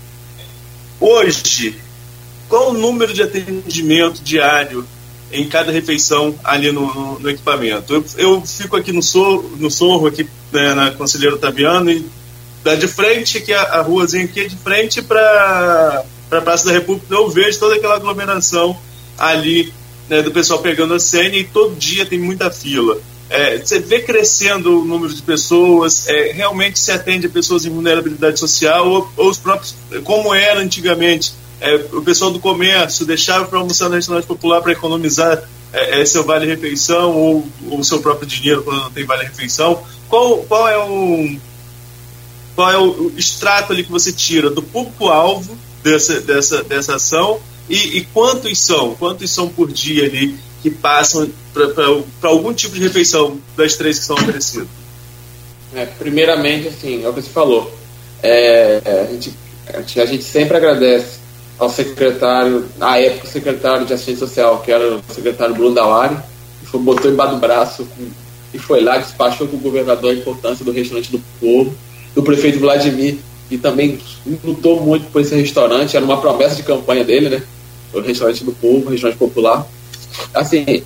hoje, qual o número de atendimento diário em cada refeição ali no, no, no equipamento? Eu, eu fico aqui no Sorro, no Sorro aqui, né, na Conselheiro Otaviano, e dá de frente, aqui a, a ruazinha aqui é de frente para a Praça da República. Eu vejo toda aquela aglomeração ali, né, do pessoal pegando a senha, e todo dia tem muita fila. É, você vê crescendo o número de pessoas, é, realmente se atende a pessoas em vulnerabilidade social, ou, ou os próprios, como era antigamente, é, o pessoal do comércio deixava para almoçar no restaurante popular para economizar é, é, seu vale-refeição ou o seu próprio dinheiro quando não tem vale-refeição. Qual, qual é o qual é o extrato ali que você tira do público-alvo dessa, dessa, dessa ação, e, e quantos são? Quantos são por dia ali que passam para algum tipo de refeição das três que são oferecidas?
É, primeiramente, assim, é o que você falou. É, a, gente, a, gente, a gente sempre agradece ao secretário, na época o secretário de Assistência Social, que era o secretário Bruno Dallari, que foi, botou embaixo do braço e foi lá, despachou com o governador a importância do Restaurante do Povo, do prefeito Vladimir, que também lutou muito por esse restaurante, era uma promessa de campanha dele, né? O Restaurante do Povo, o Restaurante Popular. Assim,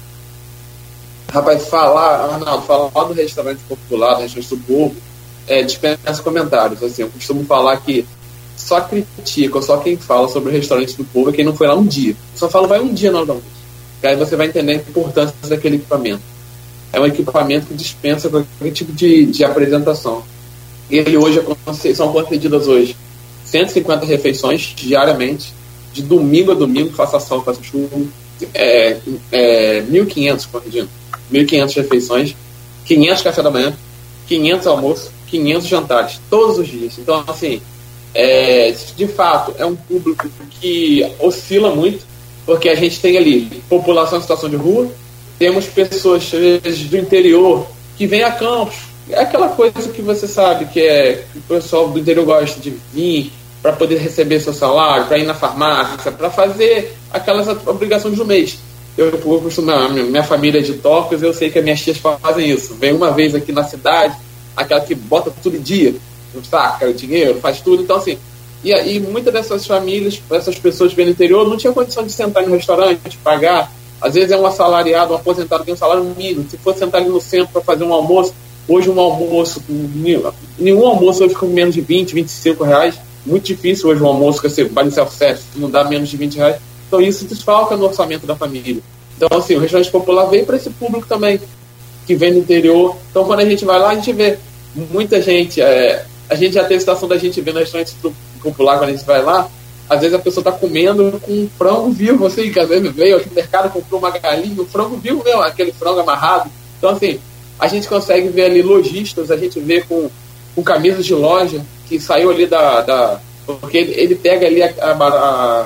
rapaz, falar, Arnaldo, falar do Restaurante Popular, do Restaurante do Povo, é, dispensa comentários. Assim, eu costumo falar que só critica, só quem fala sobre o Restaurante do Povo é quem não foi lá um dia. Só fala, vai um dia na hora do almoço. Que aí você vai entender a importância daquele equipamento. É um equipamento que dispensa qualquer tipo de, de apresentação. Ele hoje, são concedidas hoje cento e cinquenta refeições diariamente, de domingo a domingo, faça sol, faça chuva, é, é, mil e quinhentos, corrigindo, mil e quinhentas refeições, quinhentos café da manhã, quinhentos almoços, quinhentos jantares, todos os dias. Então, assim, é, de fato, é um público que oscila muito, porque a gente tem ali população em situação de rua, temos pessoas do interior que vêm a campos. É aquela coisa que você sabe que, é, que o pessoal do interior gosta de vir para poder receber seu salário, para ir na farmácia, para fazer aquelas obrigações do mês. Eu, eu costumo, minha família é de Tóquio, eu sei que as minhas tias fazem isso. Vem uma vez aqui na cidade, aquela que bota tudo em dia, saca o dinheiro, faz tudo. Então, assim, e, e muitas dessas famílias, essas pessoas que vêm do interior, não tinham condição de sentar no restaurante, pagar. Às vezes é um assalariado, um aposentado que tem um salário mínimo. Se for sentar ali no centro para fazer um almoço, hoje um almoço, nenhum almoço hoje com menos de vinte, vinte e cinco reais. Muito difícil hoje um almoço que você vai no self-service, não dá menos de vinte reais. Então isso desfalca no orçamento da família. Então, assim, o restaurante popular veio para esse público também, que vem do interior. Então, quando a gente vai lá, a gente vê muita gente. É, a gente já teve a situação da gente ver no restaurante popular, quando a gente vai lá, às vezes a pessoa está comendo com um frango vivo, assim, que às vezes veio aqui no mercado, comprou uma galinha, um frango vivo mesmo, aquele frango amarrado. Então, assim, a gente consegue ver ali lojistas, a gente vê com, com camisas de loja, que saiu ali da... da porque ele, ele pega ali a, a, a,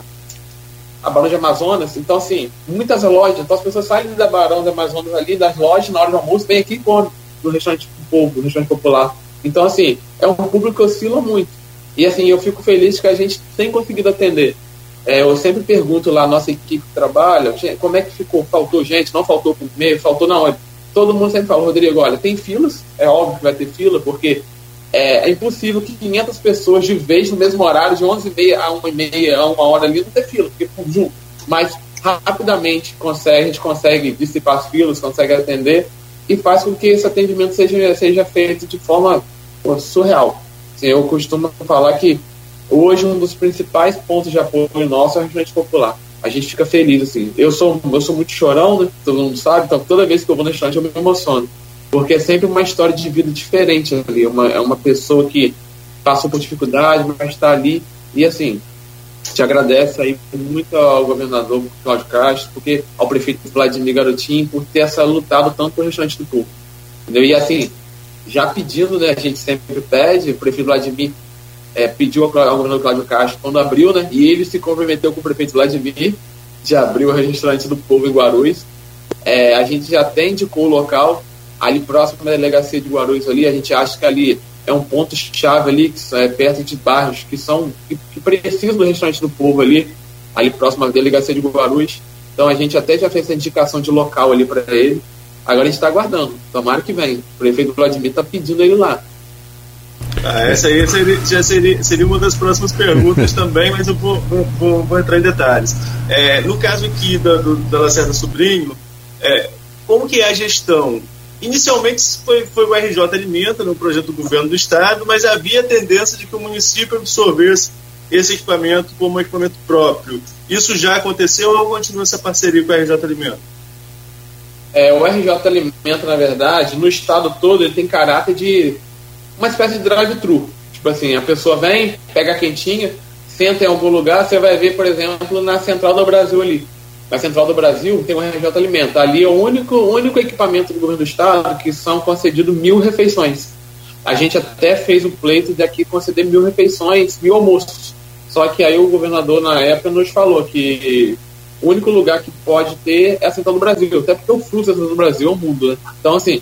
a Barão de Amazonas, então, assim, muitas lojas, então as pessoas saem da Barão de Amazonas ali, das lojas, na hora do almoço, vem aqui e come no restaurante povo, no restaurante popular. Então, assim, é um público que oscila muito. E, assim, eu fico feliz que a gente tem conseguido atender. É, eu sempre pergunto lá, a nossa equipe que trabalha, como é que ficou? Faltou gente? Não faltou comer? Faltou? Não, todo mundo sempre fala, Rodrigo, olha, tem filas, é óbvio que vai ter fila, porque é, é impossível que quinhentas pessoas de vez no mesmo horário, de onze e meia a uma e meia, a uma hora ali, não ter fila, porque por junto. Mas rapidamente consegue, a gente consegue dissipar as filas, consegue atender e faz com que esse atendimento seja, seja feito de forma pô, surreal. Assim, eu costumo falar que hoje um dos principais pontos de apoio nosso é o restaurante popular. A gente fica feliz, assim. Eu sou, eu sou muito chorão, né? Todo mundo sabe, então toda vez que eu vou no restaurante eu me emociono. Porque é sempre uma história de vida diferente ali. Uma, é uma pessoa que passou por dificuldade, mas está ali. E, assim, te agradece aí muito ao governador Cláudio Castro, porque ao prefeito Vladimir Garotinho, por ter essa, lutado tanto pelo restaurante do povo. Entendeu? E, assim, já pedindo, né? A gente sempre pede, o prefeito Vladimir É, pediu ao, ao governador Cláudio Castro quando abriu, né? E ele se comprometeu com o prefeito Vladimir de abrir o restaurante do povo em Guarulhos. É, a gente já até indicou o local ali próximo da delegacia de Guarulhos ali. A gente acha que ali é um ponto-chave ali, que é perto de bairros que são que, que precisam do restaurante do povo ali, ali próximo à delegacia de Guarulhos. Então a gente até já fez essa indicação de local ali para ele. Agora a gente está aguardando. Tomara que venha. O prefeito Vladimir está pedindo ele lá.
Ah, essa aí seria, já seria, seria uma das próximas perguntas também, mas eu vou, vou, vou entrar em detalhes. É, no caso aqui da, do, da Lacerda Sobrinho, é, como que é a gestão? Inicialmente foi, foi o R J Alimenta no projeto do governo do estado, mas havia a tendência de que o município absorvesse esse equipamento como equipamento próprio. Isso já aconteceu ou continua essa parceria com o R J Alimenta?
É, o R J Alimenta, na verdade, no estado todo, ele tem caráter de uma espécie de drive-thru. Tipo assim, a pessoa vem, pega a quentinha, senta em algum lugar, você vai ver, por exemplo, na Central do Brasil ali. Na Central do Brasil tem o R J Alimenta. Ali é o único, único equipamento do governo do estado que são concedidos mil refeições. A gente até fez o pleito de aqui conceder mil refeições, mil almoços. Só que aí o governador, na época, nos falou que o único lugar que pode ter é a Central do Brasil, até porque o fluxo da Central do Brasil é o mundo, né? Então, assim,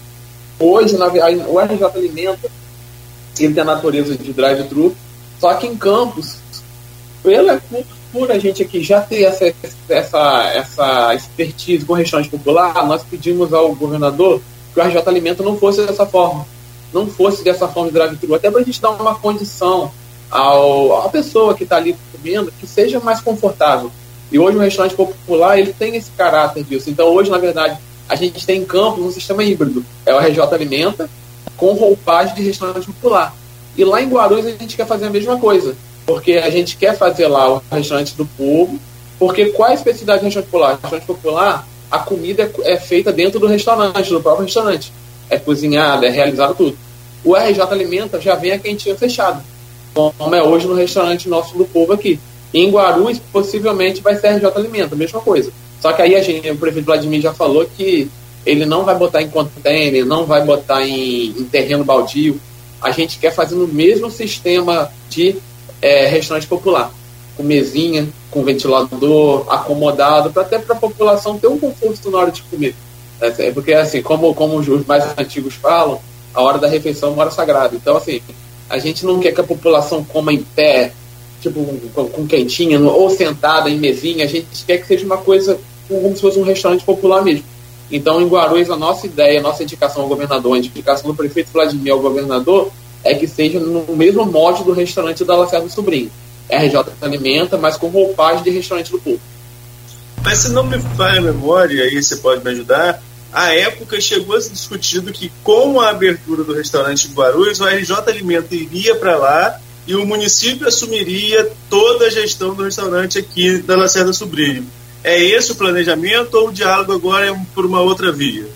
hoje na, o R J Alimenta, ele tem a natureza de drive-thru, só que em Campos, pela por a gente aqui já ter essa, essa, essa expertise com o restaurante popular, nós pedimos ao governador que o R J Alimenta não fosse dessa forma, não fosse dessa forma de drive-thru, até para a gente dar uma condição ao, à pessoa que está ali comendo, que seja mais confortável. E hoje o restaurante popular, ele tem esse caráter disso. Então hoje, na verdade, a gente tem em Campos um sistema híbrido. É o R J Alimenta com roupagem de restaurante popular. E lá em Guarulhos a gente quer fazer a mesma coisa. Porque a gente quer fazer lá o restaurante do povo. Porque qual é a especificidade do restaurante popular? O restaurante popular, a comida é, é feita dentro do restaurante, do próprio restaurante. É cozinhada, é realizado tudo. O R J Alimenta já vem a quentinha fechada, como é hoje no restaurante nosso do povo aqui. Em Guarulhos, possivelmente vai ser R J Alimenta, a mesma coisa. Só que aí a gente, o prefeito Vladimir já falou que ele não vai botar em container, não vai botar em, em terreno baldio. A gente quer fazer no mesmo sistema de é, restaurante popular, com mesinha, com ventilador, acomodado, para até para a população ter um conforto na hora de comer. É, porque assim, como, como os mais antigos falam, a hora da refeição é uma hora sagrada. Então, assim, a gente não quer que a população coma em pé, tipo, com, com quentinha, ou sentada em mesinha. A gente quer que seja uma coisa como se fosse um restaurante popular mesmo. Então, em Guarulhos, a nossa ideia, a nossa indicação ao governador, a indicação do prefeito Vladimir ao governador, é que seja no mesmo molde do restaurante da Lacerda Sobrinho. R J Alimenta, mas com roupagem de restaurante do povo.
Mas se não me falha a memória, aí você pode me ajudar, à época chegou a ser discutido que com a abertura do restaurante de Guarulhos, o R J Alimenta iria para lá e o município assumiria toda a gestão do restaurante aqui da Lacerda Sobrinho. É esse o planejamento ou o diálogo agora é por uma outra via?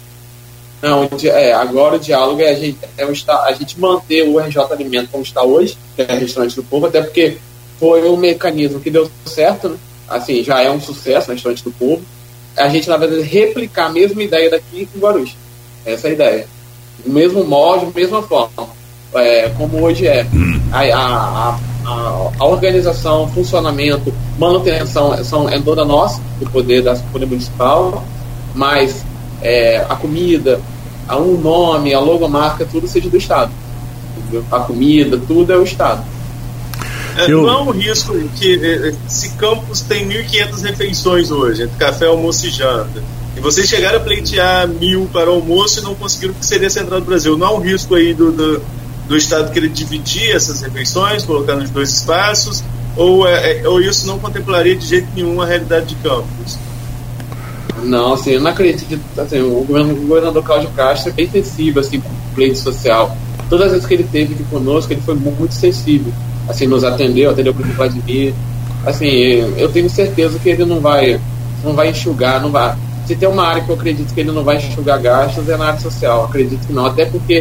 Não, é, agora o diálogo é a gente, é o, a gente manter o R J Alimenta como está hoje, que é o restaurante do povo, até porque foi um mecanismo que deu certo, né? Assim, já é um sucesso no restaurante do povo. A gente, na verdade, replicar a mesma ideia daqui em Guarulhos. Essa é a ideia. O mesmo molde, mesma forma. É, como hoje é. A, a, a, a organização, funcionamento, manutenção são, é toda nossa, do poder, da poder municipal, mas é, a comida, a um nome, a logomarca, tudo seja do Estado. Entendeu? A comida, tudo é o Estado.
Eu... Não há um risco que, se Campos tem mil e quinhentas refeições hoje, entre café, almoço e janta, e vocês chegaram a pleitear mil para o almoço e não conseguiram, que seria a Central do Brasil, não há um risco aí do, do, do Estado querer dividir essas refeições, colocar nos dois espaços, ou, é, ou isso não contemplaria de jeito nenhum a realidade de Campos?
Não, assim, eu não acredito. Assim, o, governador, o governador Cláudio Castro é bem sensível assim, com o pleito social. Todas as vezes que ele esteve aqui conosco, ele foi muito sensível. Assim, nos atendeu, atendeu o prefeito Vladimir. Assim, eu tenho certeza que ele não vai, não vai enxugar, não vai. Se tem uma área que eu acredito que ele não vai enxugar gastos, é na área social. Acredito que não, até porque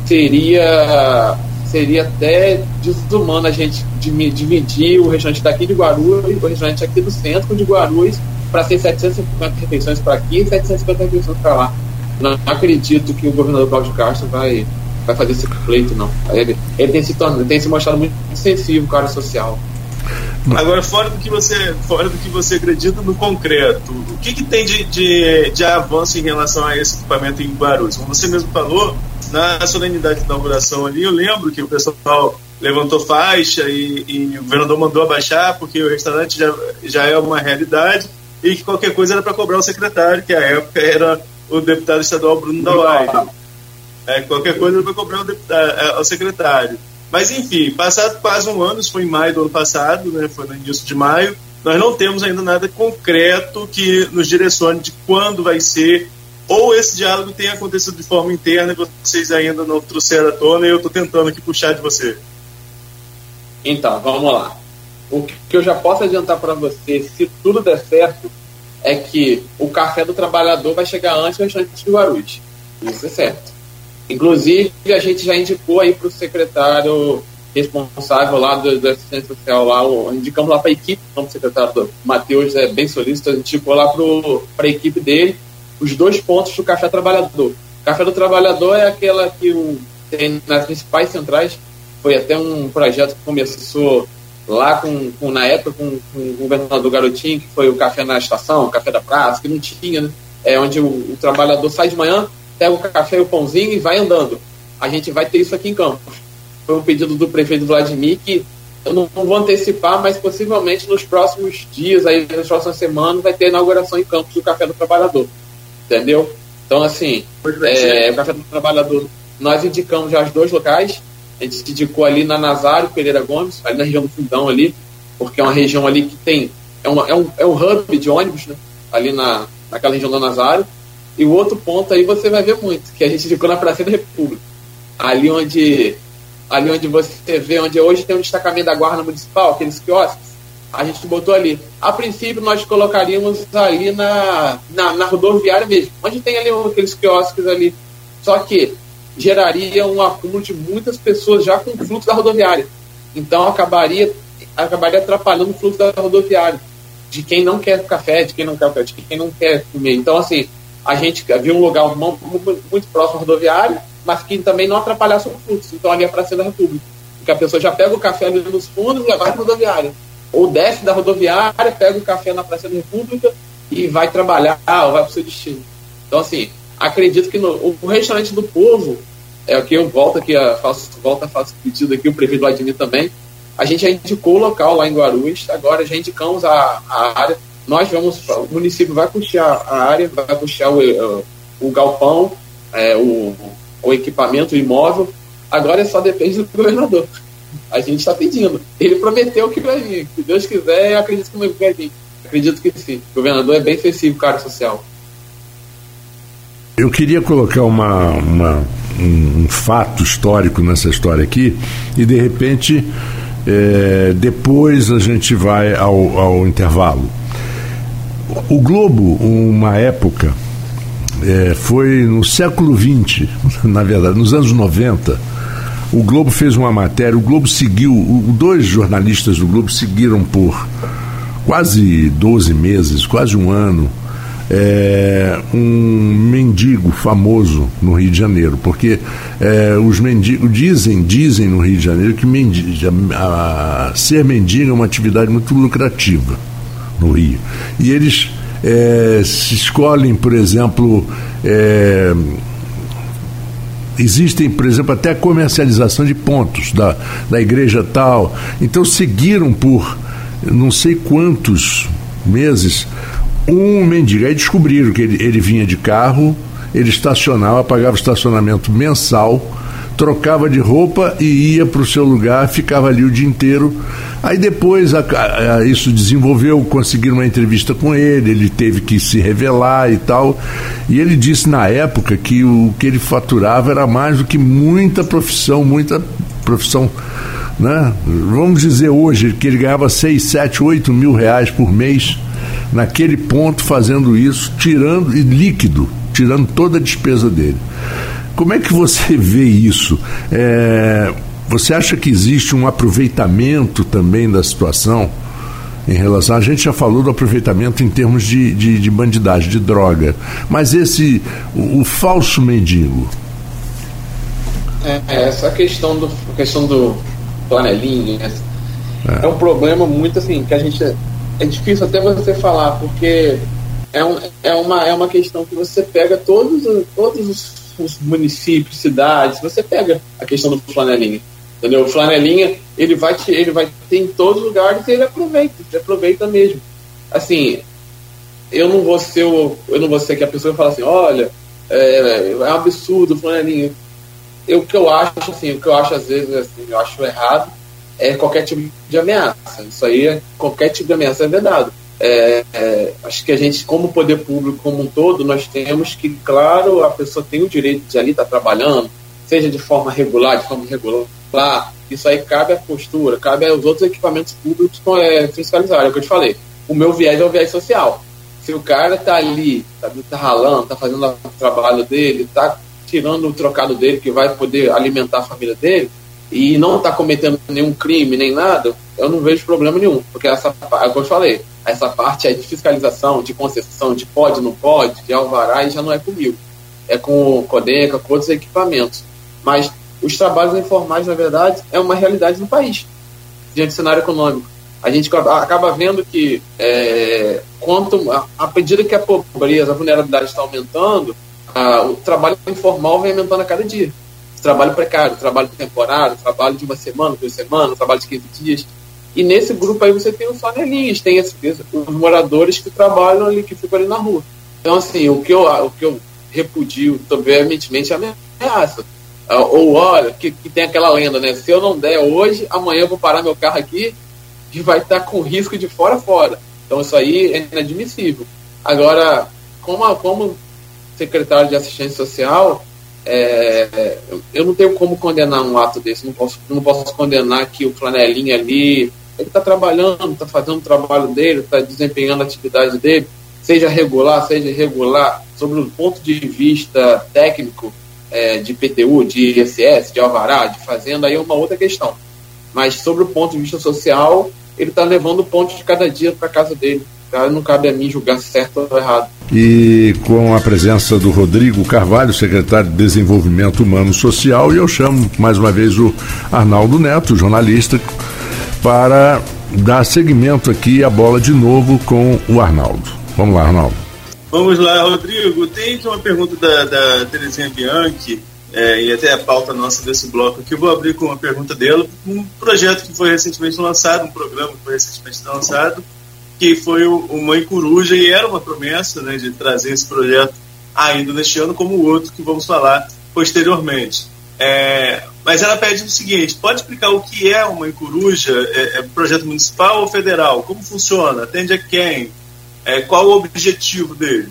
seria, seria até desumano a gente dividir o restaurante daqui de Guarulhos, o restaurante aqui do centro de Guarulhos, para ser setecentas e cinquenta refeições para aqui e setecentas e cinquenta refeições para lá. Não acredito que o governador Cláudio Castro vai, vai fazer esse pleito, não. Ele, ele tem, se tornado, tem se mostrado muito sensível com a área social.
Agora, fora do que você, fora do que você acredita no concreto, o que, que tem de, de, de avanço em relação a esse equipamento em Guarulhos? Como você mesmo falou, na solenidade de inauguração ali, eu lembro que o pessoal levantou faixa e, e o governador mandou abaixar porque o restaurante já, já é uma realidade e que qualquer coisa era para cobrar o secretário, que à época era o deputado estadual Bruno Dauaire. É, qualquer coisa era para cobrar o, deputado, o secretário. Mas, enfim, passado quase um ano, isso foi em maio do ano passado, né, foi no início de maio, nós não temos ainda nada concreto que nos direcione de quando vai ser, ou esse diálogo tenha acontecido de forma interna e vocês ainda não trouxeram à tona e eu estou tentando aqui puxar de você.
Então, vamos lá. O que eu já posso adiantar para você, se tudo der certo, é que o Café do Trabalhador vai chegar antes do restaurante de Guarulhos. Isso é certo. Inclusive, a gente já indicou aí para o secretário responsável lá do, do assistente social, lá, o, indicamos lá para a equipe, como o secretário do Matheus é bem solícito, a gente indicou lá para a equipe dele os dois pontos do Café Trabalhador. O Café do Trabalhador é aquela que um, tem nas principais centrais, foi até um projeto que começou lá com, com na época com, com o governador Garotinho, que foi o café na estação, o café da praça, que não tinha, né? É onde o, o trabalhador sai de manhã, pega o café e o pãozinho e vai andando. A gente vai ter isso aqui em Campos. Foi um pedido do prefeito Vladimir que eu não, não vou antecipar, mas possivelmente nos próximos dias, aí, nas próximas semanas, vai ter a inauguração em Campos do Café do Trabalhador. Entendeu? Então, assim, é, o Café do Trabalhador, nós indicamos já os dois locais. A gente se indicou ali na Nazário Pereira Gomes, ali na região do Fundão ali, porque é uma região ali que tem, é, uma, é, um, é um hub de ônibus, né? Ali na, naquela região da Nazário. E o outro ponto aí você vai ver muito, que a gente indicou na Praça da República, ali onde, ali onde você vê, onde hoje tem um destacamento da Guarda Municipal, aqueles quiosques, a gente botou ali. A princípio nós colocaríamos ali na, na, na rodoviária mesmo, onde tem ali aqueles quiosques ali, só que geraria um acúmulo de muitas pessoas já com o fluxo da rodoviária. Então acabaria, acabaria atrapalhando o fluxo da rodoviária, de quem não quer café, de quem não quer café, de quem não quer comer. Então, assim, a gente viu um lugar muito próximo à rodoviária, mas que também não atrapalhasse o fluxo. Então ali é a Praça da República, porque a pessoa já pega o café ali nos fundos e vai para a rodoviária. Ou desce da rodoviária, pega o café na Praça da República e vai trabalhar, ou vai para o seu destino. Então, assim, acredito que no, o restaurante do povo, é o que eu volto aqui, a, faço, volto a fazer pedido aqui, o prefeito Vladimir também, a gente já indicou o local lá em Guarulhos, agora já indicamos a, a área, nós vamos, o município vai custear a área, vai custear o, o, o galpão, é, o, o equipamento, o imóvel, agora só depende do governador. A gente está pedindo. Ele prometeu que vai vir, se Deus quiser, eu acredito que vai vir. Acredito que sim. O governador é bem sensível com a área social.
Eu queria colocar uma, uma, um, um fato histórico nessa história aqui e, de repente, é, depois a gente vai ao, ao intervalo. O Globo, uma época, é, foi no século vinte, na verdade, nos anos noventa, o Globo fez uma matéria, o Globo seguiu, dois jornalistas do Globo seguiram por quase doze meses, quase um ano, É, um mendigo famoso no Rio de Janeiro, porque é, os mendigos dizem, dizem no Rio de Janeiro que mendiga, a, a, ser mendigo é uma atividade muito lucrativa no Rio, e eles é, se escolhem, por exemplo, é, existem, por exemplo, até a comercialização de pontos da, da igreja tal, então seguiram por não sei quantos meses um mendigo, aí descobriram que ele, ele vinha de carro, ele estacionava, pagava estacionamento mensal, trocava de roupa e ia para o seu lugar, ficava ali o dia inteiro. Aí depois a, a, isso desenvolveu, conseguiram uma entrevista com ele, ele teve que se revelar e tal, e ele disse na época que o que ele faturava era mais do que muita profissão, muita profissão, né? Vamos dizer hoje que ele ganhava seis, sete, oito mil reais por mês naquele ponto, fazendo isso, tirando, e líquido, tirando toda a despesa dele. Como é que você vê isso? É, você acha que existe um aproveitamento também da situação em relação, a gente já falou do aproveitamento em termos de, de, de bandidagem, de droga, mas esse, o, o falso mendigo?
É, essa questão do, questão do panelinha, é. é um problema muito assim, que a gente, é difícil até você falar, porque é, um, é, uma, é uma questão que você pega todos, todos os, os municípios, cidades, você pega a questão do flanelinha, entendeu? O flanelinha, ele vai, te, ele vai ter em todos os lugares e ele aproveita, ele aproveita mesmo. Assim, eu não vou ser o, eu não vou ser que a pessoa fala assim, olha, é, é um absurdo o flanelinha. Eu, o que eu acho, assim, o que eu acho às vezes, assim, eu acho errado, é qualquer tipo de ameaça. Isso aí, é, qualquer tipo de ameaça é vedado. É, é, acho que a gente, como poder público como um todo, nós temos que, claro, a pessoa tem o direito de ali estar trabalhando, seja de forma regular, de forma irregular. Isso aí cabe à postura, cabe aos outros equipamentos públicos é, fiscalizarem. É o que eu te falei. O meu viés é o viés social. Se o cara tá ali, tá, tá ralando, tá fazendo o trabalho dele, tá tirando o trocado dele que vai poder alimentar a família dele e não está cometendo nenhum crime nem nada, eu não vejo problema nenhum, porque essa, é o que eu falei, essa parte aí de fiscalização, de concessão, de pode, não pode, de alvará, já não é comigo, é com o Codenca, com outros equipamentos, mas os trabalhos informais, na verdade, é uma realidade no país, diante do cenário econômico. A gente acaba vendo que é, quanto, a, a medida que a pobreza, a vulnerabilidade está aumentando, Ah, o trabalho informal vem aumentando a cada dia. O trabalho precário, o trabalho temporário, o trabalho de uma semana, duas semanas, o trabalho de quinze dias. E nesse grupo aí você tem os flanelinhas, tem esse, os moradores que trabalham ali, que ficam ali na rua. Então, assim, o que eu, o que eu repudio veementemente é a ameaça. Ah, ou, olha, que, que tem aquela lenda, né? Se eu não der hoje, amanhã eu vou parar meu carro aqui e vai estar com risco de fora a fora. Então, isso aí é inadmissível. Agora, como, como secretário de assistência social, é, eu não tenho como condenar um ato desse, não posso, não posso condenar que o flanelinha ali, ele está trabalhando, está fazendo o trabalho dele, está desempenhando a atividade dele, seja regular, seja irregular, sobre o ponto de vista técnico, é, de P T U, de I C S, de alvará, de fazenda, aí é uma outra questão. Mas sobre o ponto de vista social, ele está levando o ponto de cada dia para a casa dele. Não cabe a mim julgar certo ou errado.
E com a presença do Rodrigo Carvalho, secretário de Desenvolvimento Humano Social, e eu chamo mais uma vez o Arnaldo Neto, jornalista, para dar seguimento aqui à bola de novo com o Arnaldo. Vamos lá, Arnaldo.
Vamos lá, Rodrigo. Tem uma pergunta da, da Terezinha Bianchi, é, e até a pauta nossa desse bloco aqui. Eu vou abrir com uma pergunta dela, um projeto que foi recentemente lançado, um programa que foi recentemente lançado, que foi o, o Mãe Coruja, e era uma promessa, né, de trazer esse projeto ainda neste ano, como o outro que vamos falar posteriormente. É, mas ela pede o seguinte: pode explicar o que é o Mãe Coruja? É, é projeto municipal ou federal? Como funciona? Atende a quem? É, qual o objetivo dele?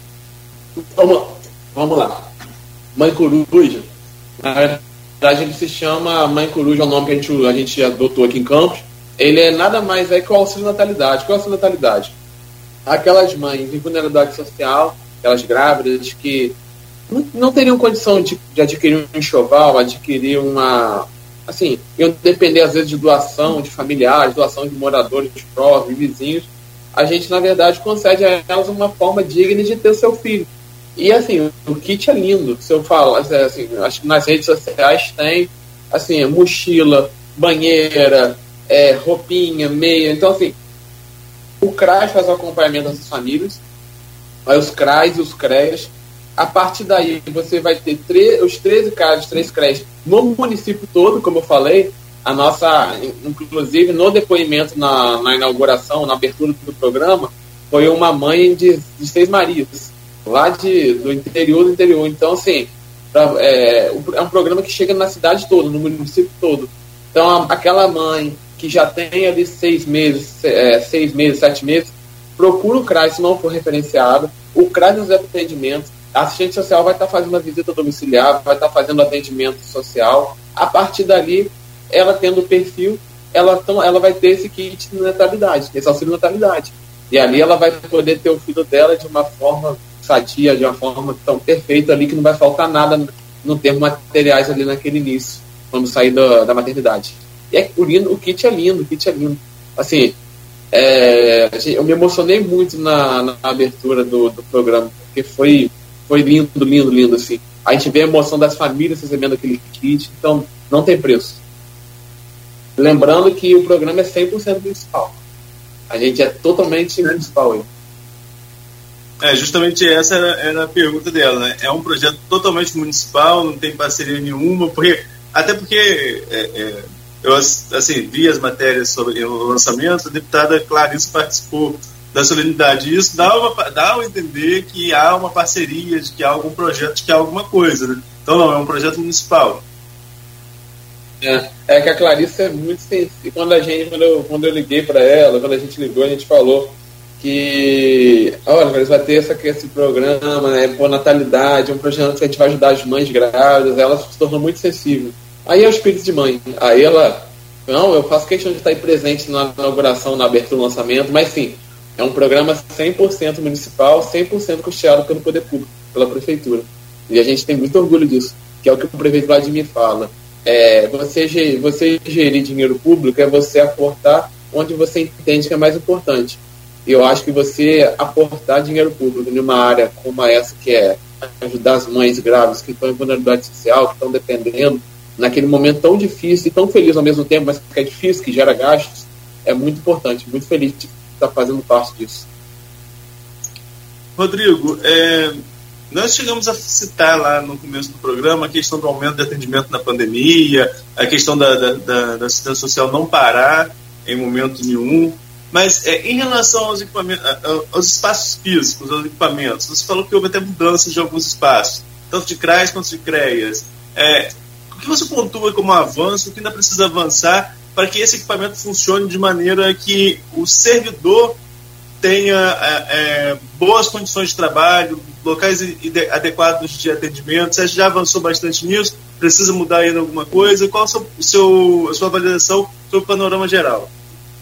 Vamos, vamos lá. Mãe Coruja, na verdade ele se chama Mãe Coruja, é o nome que a gente, a gente adotou aqui em Campos. Ele é nada mais é que o auxílio natalidade. Qual é o auxílio natalidade? Aquelas mães em vulnerabilidade social, aquelas grávidas que não, não teriam condição de, de adquirir um enxoval, adquirir uma... Assim, iam depender às vezes de doação de familiares, doação de moradores próximos, vizinhos. A gente, na verdade, concede a elas uma forma digna de ter o seu filho. E, assim, o kit é lindo. Se eu falo, assim, acho que nas redes sociais tem, assim, mochila, banheira... É, roupinha, meia. Então, assim, o C R A S faz o acompanhamento dessas famílias, aí os C R A S e os C R E As. A partir daí, você vai ter tre- os treze casos, três C R E As no município todo, como eu falei. A nossa, inclusive, no depoimento na, na inauguração, na abertura do programa, foi uma mãe de, de Seis Marias, lá de, do interior do interior. Então, assim, pra, é, é um programa que chega na cidade toda, no município todo. Então, a, aquela mãe que já tem ali seis meses, é, seis meses, sete meses, procura o C R A S se não for referenciado. O C R A S nos atendimento, a assistente social vai estar fazendo a visita domiciliar, vai estar fazendo atendimento social. A partir dali, ela tendo o perfil, ela, tão, ela vai ter esse kit de natalidade, esse auxílio natalidade. E ali ela vai poder ter o filho dela de uma forma sadia, de uma forma tão perfeita ali, que não vai faltar nada no termo materiais ali naquele início, quando sair da, da maternidade. E é, o, lindo, o kit é lindo, o kit é lindo. Assim, é, eu me emocionei muito na, na abertura do, do programa, porque foi, foi lindo, lindo, lindo, assim. A gente vê a emoção das famílias recebendo aquele kit, então não tem preço. Lembrando que o programa é cem por cento municipal. A gente é totalmente municipal aí.
É, justamente essa era, era a pergunta dela, né? É um projeto totalmente municipal, não tem parceria nenhuma, porque, até porque é, é, eu assim, vi as matérias sobre o lançamento, a deputada Clarice participou da solenidade, e isso dá, uma, dá a entender que há uma parceria, de que há algum projeto, de que há alguma coisa, né? Então não, é um projeto municipal.
É, é que a Clarice é muito sensível. Quando a gente, quando eu, quando eu liguei para ela, quando a gente ligou, a gente falou que, olha, Clarice, vai ter essa, esse programa, né, por natalidade, um projeto que a gente vai ajudar as mães grávidas. Ela se tornou muito sensível. Aí é o espírito de mãe. Aí ela, não, eu faço questão de estar aí presente na inauguração, na abertura do lançamento, mas sim, é um programa cem por cento municipal, cem por cento custeado pelo poder público, pela prefeitura. E a gente tem muito orgulho disso, que é o que o prefeito Vladimir fala. É, você, você gerir dinheiro público é você aportar onde você entende que é mais importante. E eu acho que você aportar dinheiro público em uma área como essa, que é ajudar as mães grávidas que estão em vulnerabilidade social, que estão dependendo, naquele momento tão difícil e tão feliz ao mesmo tempo, mas que é difícil, que gera gastos, é muito importante. Muito feliz de estar fazendo parte disso.
Rodrigo, é... nós chegamos a citar lá no começo do programa a questão do aumento de atendimento na pandemia, a questão da, da, da, da assistência social não parar em momento nenhum, mas é, em relação aos equipamentos, aos espaços físicos, aos equipamentos, você falou que houve até mudanças de alguns espaços, tanto de CRAS quanto de CREAS. É, o que você pontua como avanço, o que ainda precisa avançar para que esse equipamento funcione de maneira que o servidor tenha é, é, boas condições de trabalho, locais ide- adequados de atendimento? Você já avançou bastante nisso? Precisa mudar ainda alguma coisa? Qual a, seu, seu, a sua avaliação sobre o panorama geral?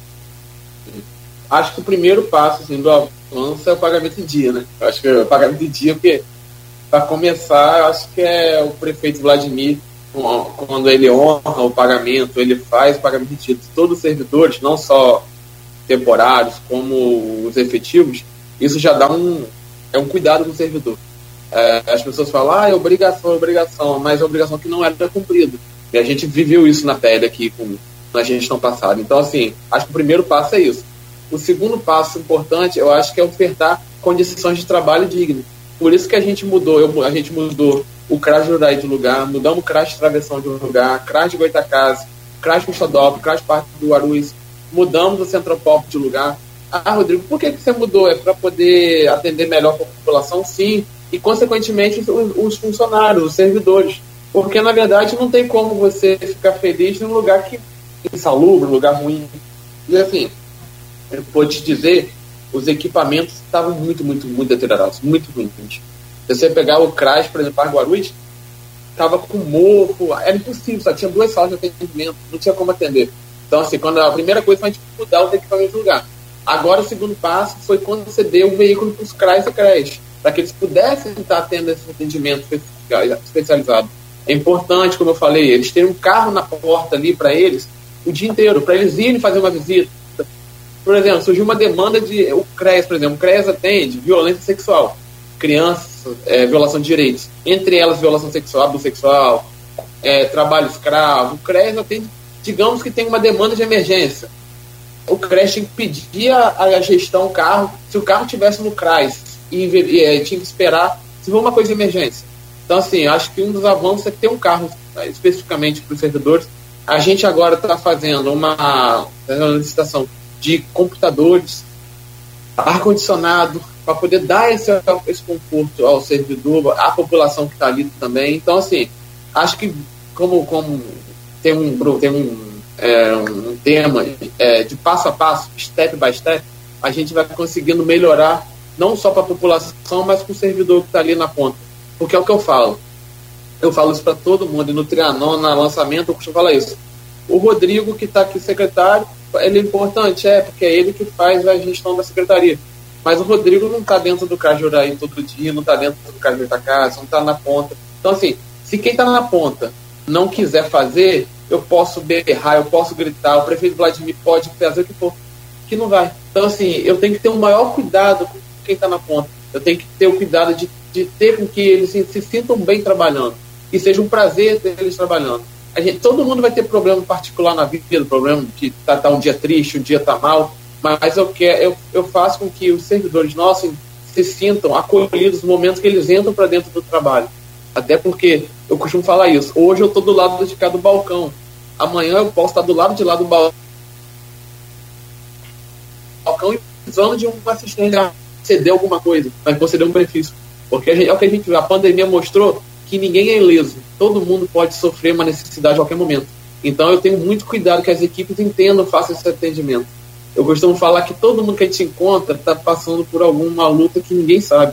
Acho que o primeiro passo assim, do avanço é o pagamento em dia, né? Acho que é o pagamento em dia, porque, para começar, acho que é o prefeito Vladimir, quando ele honra o pagamento, ele faz o pagamento em dia de todos os servidores, não só temporários, como os efetivos. Isso já dá um, é um cuidado com o servidor. É, as pessoas falam, ah, é obrigação, é obrigação, mas é obrigação que não era cumprida. E a gente viveu isso na pele aqui com, na gestão passada. Então, assim, acho que o primeiro passo é isso. O segundo passo importante, eu acho que é ofertar condições de trabalho dignas. Por isso que a gente mudou, eu, a gente mudou o CRAS de Uraí de lugar, mudamos o CRAS de Travessão de lugar, CRAS de Goitacazes, CRAS de Xodópolis, CRAS Parque do Guarulhos, mudamos o Centropop de lugar. Ah, Rodrigo, por que, que você mudou? É para poder atender melhor a população? Sim. E, consequentemente, os, os funcionários, os servidores. Porque, na verdade, não tem como você ficar feliz num lugar que insalubre, um lugar ruim. E, assim, eu vou te dizer, os equipamentos estavam muito, muito, muito deteriorados, muito ruins. Se você pegar o CRAS, por exemplo, para Guarulhos, estava com mofo, era impossível, só tinha duas salas de atendimento, não tinha como atender. Então, assim, quando a primeira coisa foi a gente mudar os equipamentos do lugar. Agora, o segundo passo foi conceder o veículo para os CRAS e CREAS, para que eles pudessem estar tendo esse atendimento especializado. É importante, como eu falei, eles terem um carro na porta ali para eles o dia inteiro, para eles irem fazer uma visita. Por exemplo, surgiu uma demanda de... O CREAS, por exemplo, o CREAS atende violência sexual, crianças, é, violação de direitos, entre elas violação sexual, abuso sexual, é, trabalho escravo. O CREAS atende, digamos que tem uma demanda de emergência. O CREAS tinha que pedir a, a gestão o carro, se o carro estivesse no CRAS, e, e é, tinha que esperar se for uma coisa de emergência. Então, assim, acho que um dos avanços é ter um carro especificamente para os servidores. A gente agora está fazendo uma, uma licitação de computadores, ar-condicionado, para poder dar esse, esse conforto ao servidor, à população que está ali também. Então, assim, acho que como, como tem um, tem um, é, um tema é, de passo a passo, step by step, a gente vai conseguindo melhorar, não só para a população, mas para o servidor que está ali na ponta. Porque é o que eu falo. Eu falo isso para todo mundo, e no Trianon, no lançamento, eu costumo falar isso. O Rodrigo, que está aqui secretário, ele é importante, é, porque é ele que faz a gestão da secretaria. Mas o Rodrigo não está dentro do CRAS de Uraí todo dia, não está dentro do CRAS de Goitacazes, não está na ponta. Então, assim, se quem está na ponta não quiser fazer, eu posso berrar, eu posso gritar, o prefeito Vladimir pode fazer o que for, que não vai. Então, assim, eu tenho que ter um maior cuidado com quem está na ponta. Eu tenho que ter o cuidado de, de ter com que eles se, se sintam bem trabalhando. E seja um prazer ter eles trabalhando. a gente, todo mundo vai ter problema particular na vida, problema de tá, tá um dia triste, um dia tá mal, mas eu, quero, eu, eu faço com que os servidores nossos se sintam acolhidos no momento que eles entram para dentro do trabalho. Até porque, eu costumo falar isso, hoje eu estou do lado de cá do balcão, amanhã eu posso estar do lado de lá do balcão e precisando de um assistente a ceder alguma coisa, mas conceder um benefício. Porque a gente, é o que a gente viu, a pandemia mostrou que ninguém é ileso, todo mundo pode sofrer uma necessidade a qualquer momento. Então eu tenho muito cuidado que as equipes entendam, façam esse atendimento. Eu costumo falar que todo mundo que a gente encontra está passando por alguma luta que ninguém sabe.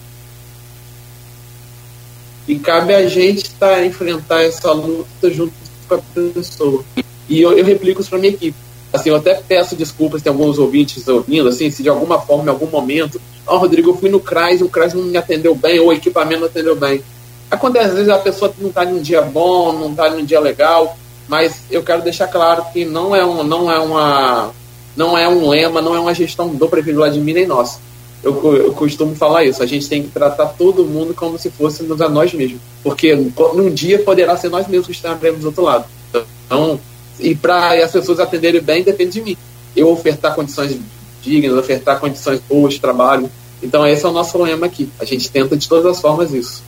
E cabe a gente tá, enfrentar essa luta junto com a pessoa. E eu, eu replico isso para minha equipe. Assim, eu até peço desculpas, tem alguns ouvintes ouvindo, assim, se de alguma forma, em algum momento, ó, oh, Rodrigo, eu fui no C R A S, o C R A S não me atendeu bem, ou o equipamento não atendeu bem. Acontece, às vezes a pessoa não está num dia bom, não está num dia legal, mas eu quero deixar claro que não é, um, não é, uma, não é um lema, não é uma gestão do prefeito Vladimir nem nossa. Eu, eu costumo falar isso, a gente tem que tratar todo mundo como se fôssemos a nós mesmos, porque num dia poderá ser nós mesmos que estaremos do outro lado. Então, e para as pessoas atenderem bem, depende de mim. Eu ofertar condições dignas, ofertar condições boas de trabalho. Então esse é o nosso lema aqui, a gente tenta de todas as formas isso.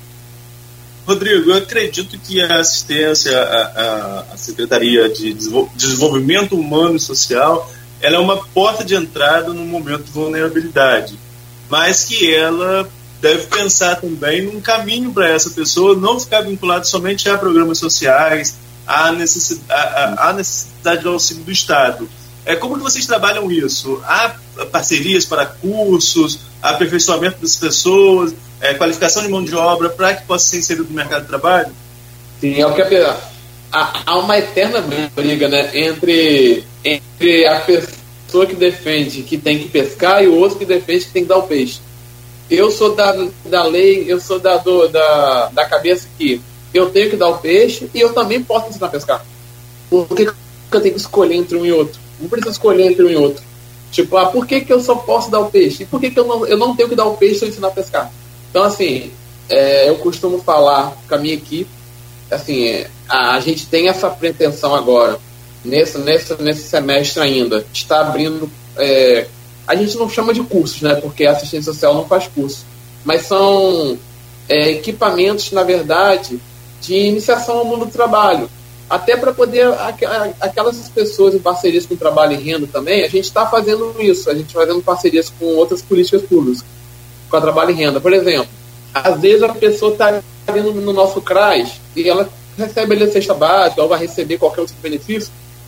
Rodrigo, eu acredito que a assistência, a, a, a Secretaria de Desenvolvimento Humano e Social, ela é uma porta de entrada no momento de vulnerabilidade, mas que ela deve pensar também num caminho para essa pessoa não ficar vinculada somente a programas sociais, à necessidade, à necessidade do auxílio do Estado. É, como que vocês trabalham isso? Há parcerias para cursos, aperfeiçoamento das pessoas, é, qualificação de mão de obra para que possa ser inserido no mercado de trabalho?
Sim, é o que é, há, há uma eterna briga, né, entre, entre a pessoa que defende que tem que pescar e o outro que defende que tem que dar o peixe. Eu sou da, da lei, eu sou da, do, da, da cabeça que eu tenho que dar o peixe e eu também posso ensinar a pescar. Por que eu tenho que escolher entre um e outro? Não precisa escolher entre um e outro. Tipo, ah, por que, que eu só posso dar o peixe? E por que, que eu, não, eu não tenho que dar o peixe se eu ensinar a pescar? Então, assim, é, eu costumo falar com a minha equipe, assim, é, a, a gente tem essa pretensão agora, nesse, nesse, nesse semestre ainda, está abrindo, é, a gente não chama de cursos, né, porque a assistência social não faz curso, mas são é, equipamentos, na verdade, de iniciação ao mundo do trabalho. Até para poder, aquelas pessoas em parcerias com o trabalho e renda também, a gente está fazendo isso, a gente está fazendo parcerias com outras políticas públicas, com a trabalho e renda. Por exemplo, às vezes a pessoa está vindo no nosso C R A S e ela recebe ali a cesta básica, ou vai receber qualquer outro benefício,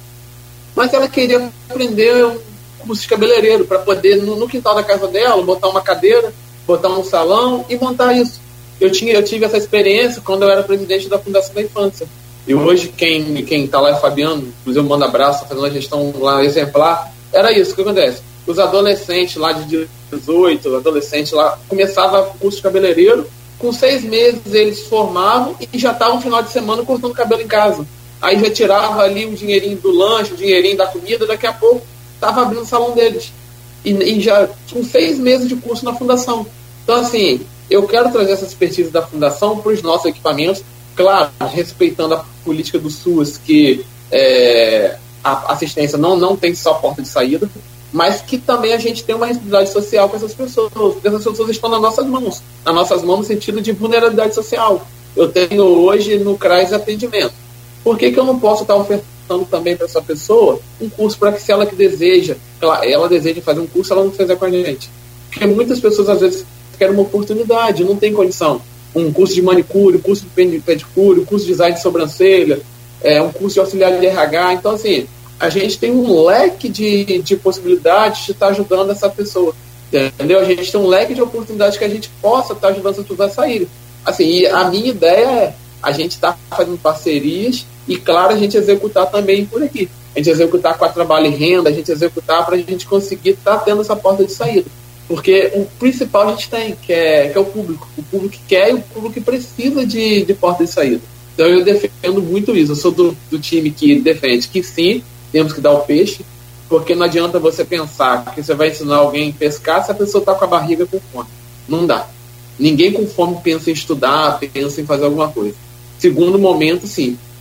mas ela queria aprender um curso de cabeleireiro para poder, no, no quintal da casa dela, botar uma cadeira, botar um salão e montar isso. Eu, tinha, eu tive essa experiência quando eu era presidente da Fundação da Infância. E hoje quem quem está lá é Fabiano, inclusive eu mando abraço, tá fazendo uma gestão lá exemplar. Era isso, o que acontece? Os adolescentes lá de dezoito, adolescentes lá, começavam o curso de cabeleireiro, com seis meses eles se formavam e já estavam no final de semana cortando cabelo em casa. Aí já tirava ali o dinheirinho do lanche, o dinheirinho da comida, daqui a pouco estava abrindo o salão deles. E, e já com seis meses de curso na fundação. Então, assim, eu quero trazer essa expertise da fundação para os nossos equipamentos, claro, respeitando a política do SUS, que é, a assistência não, não tem só porta de saída, mas que também a gente tem uma responsabilidade social com essas pessoas, porque essas pessoas estão nas nossas mãos, nas nossas mãos no sentido de vulnerabilidade social. Eu tenho hoje no C R A S atendimento. Por que, que eu não posso estar ofertando também para essa pessoa um curso para que, se ela que deseja, ela, ela deseja fazer um curso, ela não fizer com a gente? Porque muitas pessoas às vezes querem uma oportunidade, não tem condição. Um curso de manicure, um curso de pedicure, um curso de design de sobrancelha, é, um curso de auxiliar de R H. Então, assim, a gente tem um leque de, de possibilidades de estar ajudando essa pessoa, entendeu? A gente tem um leque de oportunidades que a gente possa estar ajudando essa pessoa a sair. Assim, e a minha ideia é a gente estar fazendo parcerias e, claro, a gente executar também por aqui. A gente executar com a trabalho e renda, a gente executar para a gente conseguir estar tendo essa porta de saída. Porque o principal a gente tem, que é, que é o público. O público que quer e o público que precisa de, de porta de saída. Então eu defendo muito isso. Eu sou do, do time que defende que sim, temos que dar o peixe, porque não adianta você pensar que você vai ensinar alguém a pescar se a pessoa está com a barriga com fome. Não dá. Ninguém com fome pensa em estudar, pensa em fazer alguma coisa. Segundo momento, sim,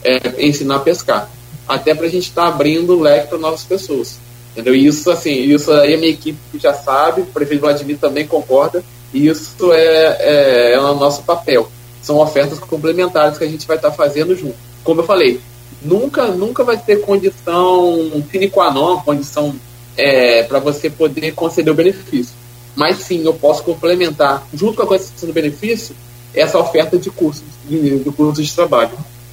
é, ensinar a pescar. Até para a gente estar tá abrindo o leque para novas pessoas. Entendeu? E isso, assim, isso aí a minha equipe já sabe, o prefeito Vladimir também concorda, e isso é, é, é o nosso papel. São ofertas complementares que a gente vai estar tá fazendo junto. Como eu falei, nunca, nunca vai ter condição sine qua non, condição é, para você poder conceder o benefício. Mas sim, eu posso complementar, junto com a concessão do benefício, essa oferta de cursos de, de, cursos de trabalho.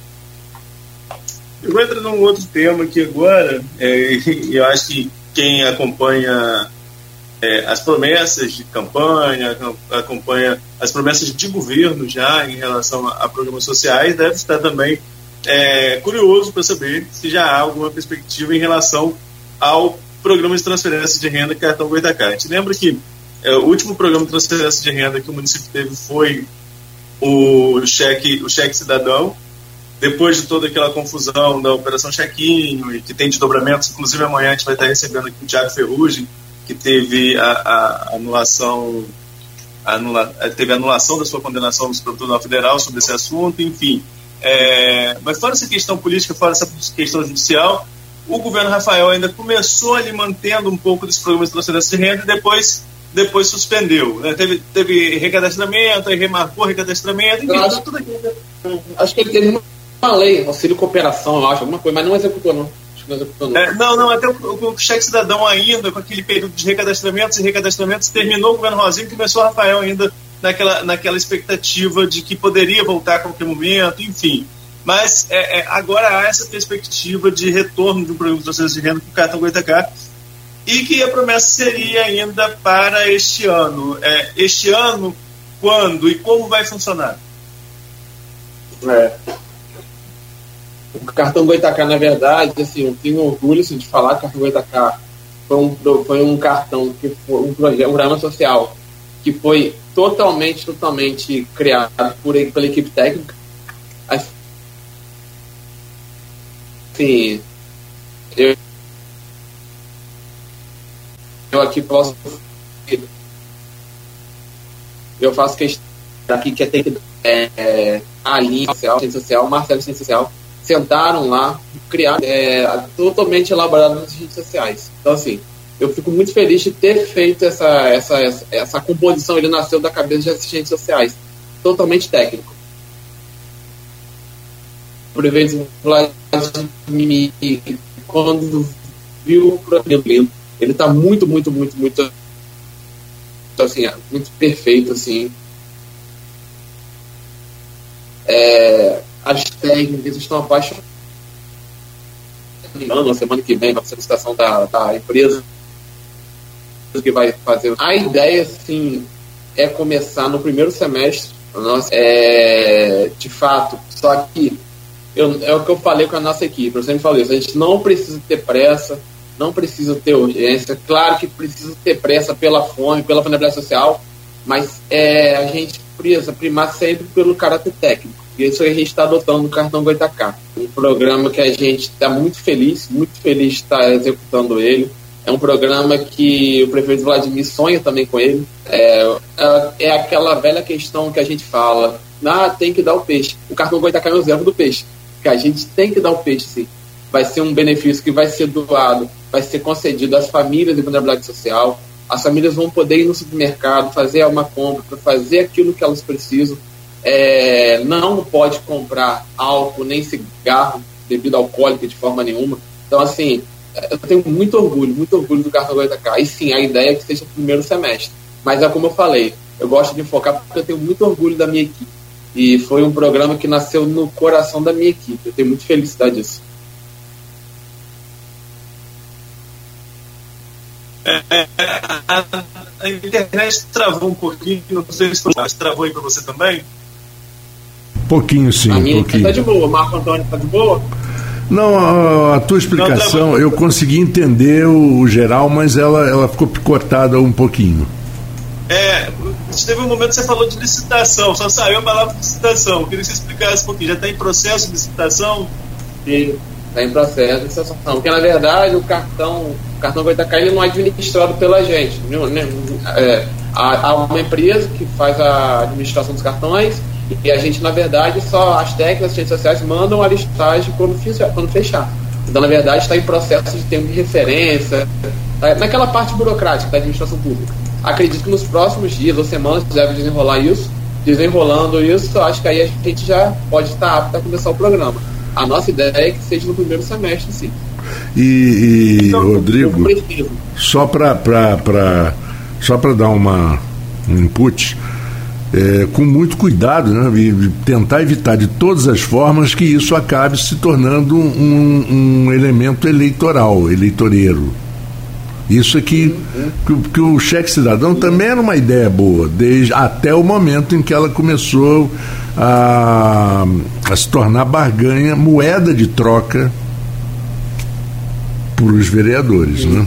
Eu vou entrar num outro tema aqui agora, é, eu acho que quem acompanha é, as promessas de campanha, acompanha as promessas de governo já em relação a, a programas sociais, deve estar também é, curioso para saber se já há alguma perspectiva em relação ao programa de transferência de renda Cartão Goitacá. A gente lembra que é, o último programa de transferência de renda que o município teve foi o cheque, o cheque cidadão. Depois de toda aquela confusão da Operação Chequinho, e que tem desdobramentos, inclusive amanhã a gente vai estar recebendo aqui o Thiago Ferrugem, que teve a, a anulação, a anula, teve a anulação da sua condenação no Supremo Tribunal Federal sobre esse assunto, enfim. É, mas fora essa questão política, fora essa questão judicial, o governo Rafael ainda começou ali mantendo um pouco desse programa de transferência de renda e depois, depois suspendeu. Né? Teve, teve recadastramento, aí remarcou recadastramento, enfim,
acho,
tudo aquilo.
Acho que ele teve uma lei, auxílio cooperação, eu acho, alguma coisa, mas não executou, não. Acho que não executou, não.
É, não, não, até o, o, o cheque cidadão ainda, com aquele período de recadastramentos e recadastramentos, terminou o governo Rosinha e começou o Rafael ainda naquela, naquela expectativa de que poderia voltar a qualquer momento, enfim. Mas é, é, agora há essa perspectiva de retorno de um programa de transferência de renda com o Cartão Goitacá, e que a promessa seria ainda para este ano. É, este ano, quando e como vai funcionar?
É. O Cartão Goitacá, na verdade, assim, eu tenho orgulho assim, de falar que o Cartão Goitacá foi um, foi um cartão, que foi um, projeto, um programa social que foi totalmente, totalmente criado por, pela equipe técnica. Assim, eu, eu aqui posso... Eu faço questão aqui que é ter que... É, é, a linha social, ciência social, Marcelo Ciência Social, sentaram lá, criaram é, totalmente elaborado nas redes sociais. Então, assim, eu fico muito feliz de ter feito essa, essa, essa, essa composição. Ele nasceu da cabeça de assistentes sociais, totalmente técnico. O prefeito Vladimir, quando viu o programa, ele está muito, muito, muito, muito, assim, muito perfeito, assim. É, as técnicas estão apaixonadas. Na semana que vem vai ser a licitação da, da empresa que vai fazer. A ideia, sim, é começar no primeiro semestre. Nossa, é, de fato, só que eu, é o que eu falei com a nossa equipe. Eu sempre falei isso. A gente não precisa ter pressa, não precisa ter urgência. Claro que precisa ter pressa pela fome, pela vulnerabilidade social, mas é, a gente precisa primar sempre pelo caráter técnico. E isso que a gente está adotando no Cartão Goitacá. Um programa que a gente está muito feliz, muito feliz de estar executando ele. É um programa que o prefeito Vladimir sonha também com ele. É, é aquela velha questão que a gente fala, ah, tem que dar o peixe. O Cartão Goitacá é o exemplo do peixe, que a gente tem que dar o peixe, sim. Vai ser um benefício que vai ser doado, vai ser concedido às famílias de vulnerabilidade social. As famílias vão poder ir no supermercado, fazer uma compra, fazer aquilo que elas precisam. É, não pode comprar álcool, nem cigarro, bebida alcoólica de forma nenhuma. Então, assim, eu tenho muito orgulho, muito orgulho do Cartão Goitacá. E sim, a ideia é que seja o primeiro semestre. Mas é como eu falei, eu gosto de focar porque eu tenho muito orgulho da minha equipe. E foi um programa que nasceu no coração da minha equipe. Eu tenho muita felicidade disso.
É, a, a internet travou um pouquinho, não sei se travou aí para você também.
Pouquinho, sim.
A minha
pouquinho.
Está de boa, o Marco Antônio está de boa?
Não, a, a tua explicação, eu consegui entender o, o geral, mas ela, ela ficou picotada um pouquinho.
É, teve um momento que você falou de licitação, só saiu a palavra licitação. Eu queria que você explicasse um pouquinho. Já está em processo de licitação?
Sim, está em processo de licitação. Porque, na verdade, o cartão, o cartão Goitacá, ele não é administrado pela gente. Né? É, há, há uma empresa que faz a administração dos cartões E a gente, na verdade, só as técnicas, as ciências sociais mandam a listagem quando, quando fechar. Então, na verdade, está em processo de tempo de referência, tá? Naquela parte burocrática da administração pública. Acredito que nos próximos dias ou semanas deve desenrolar isso. Desenrolando isso, acho que aí a gente já pode estar apto a começar o programa. A nossa ideia é que seja no primeiro semestre, sim.
E, e então, Rodrigo, só para só para dar uma, um input, é, com muito cuidado, né, e tentar evitar de todas as formas que isso acabe se tornando um, um elemento eleitoral, eleitoreiro. Isso aqui, que, que o cheque cidadão também era uma ideia boa, desde, até o momento em que ela começou a, a se tornar barganha, moeda de troca para os vereadores, né?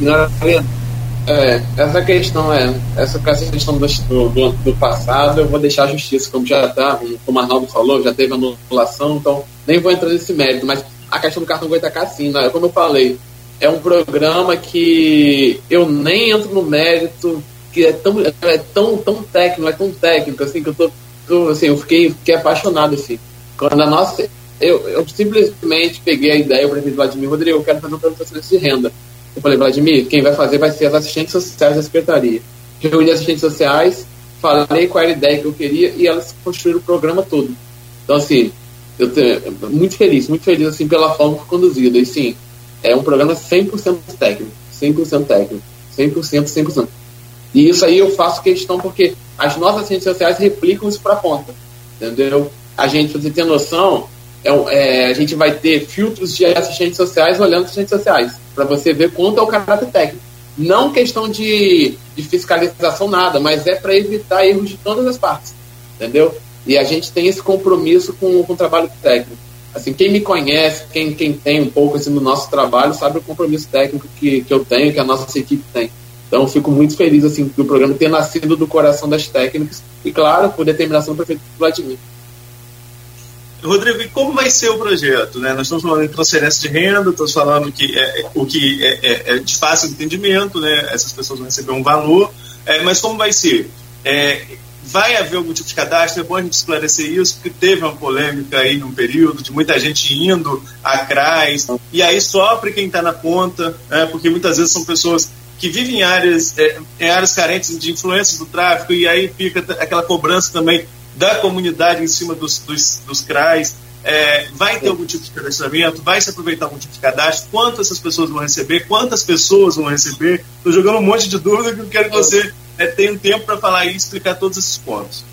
É, essa questão é essa, essa questão do, do, do passado, eu vou deixar a justiça, como já está, como o Arnaldo falou, já teve anulação, então nem vou entrar nesse mérito, mas a questão do cartão Goitacá, sim, né? Como eu falei, é um programa que eu nem entro no mérito, que é tão, é tão, tão técnico, é tão técnico, assim, que eu tô, tô assim, eu fiquei, fiquei apaixonado, assim. Quando a nossa, eu, eu simplesmente peguei a ideia, o prefeito Vladimir Rodrigo, eu quero fazer um programa de transferência de renda. Eu falei, Vladimir, quem vai fazer vai ser as assistentes sociais da Secretaria. Reuni as assistentes sociais, falei qual era a ideia que eu queria e elas construíram o programa todo. Então, assim, eu tô muito feliz, muito feliz, assim, pela forma que foi conduzida. E, sim, é um programa cem por cento técnico, cem por cento técnico, cem por cento, cem por cento. E isso aí eu faço questão porque as nossas assistentes sociais replicam isso para a ponta, entendeu? A gente, pra você ter noção, é, é, a gente vai ter filtros de assistentes sociais olhando assistentes sociais, para você ver quanto é o caráter técnico. Não questão de, de fiscalização, nada, mas é para evitar erros de todas as partes, entendeu? E a gente tem esse compromisso com, com o trabalho técnico. Assim, quem me conhece, quem, quem tem um pouco assim, do nosso trabalho, sabe o compromisso técnico que, que eu tenho, que a nossa equipe tem. Então, eu fico muito feliz assim, do programa ter nascido do coração das técnicas e, claro, por determinação do prefeito Vladimir.
Rodrigo, e como vai ser o projeto? Né? Nós estamos falando em transferência de renda, estamos falando que é, o que é, é, é de fácil entendimento, né? Essas pessoas vão receber um valor, é, mas como vai ser? É, vai haver algum tipo de cadastro? É bom a gente esclarecer isso, porque teve uma polêmica aí num período de muita gente indo à C R A S, e aí sofre quem está na ponta, né? Porque muitas vezes são pessoas que vivem em áreas, é, em áreas carentes de influências do tráfico, e aí fica aquela cobrança também da comunidade em cima dos, dos, dos C R A S. É, vai ter algum tipo de cadastramento? Vai se aproveitar algum tipo de cadastro? Quantas essas pessoas vão receber? Quantas pessoas vão receber? Estou jogando um monte de dúvida que eu quero que você é, tenha um tempo para falar e explicar todos esses pontos.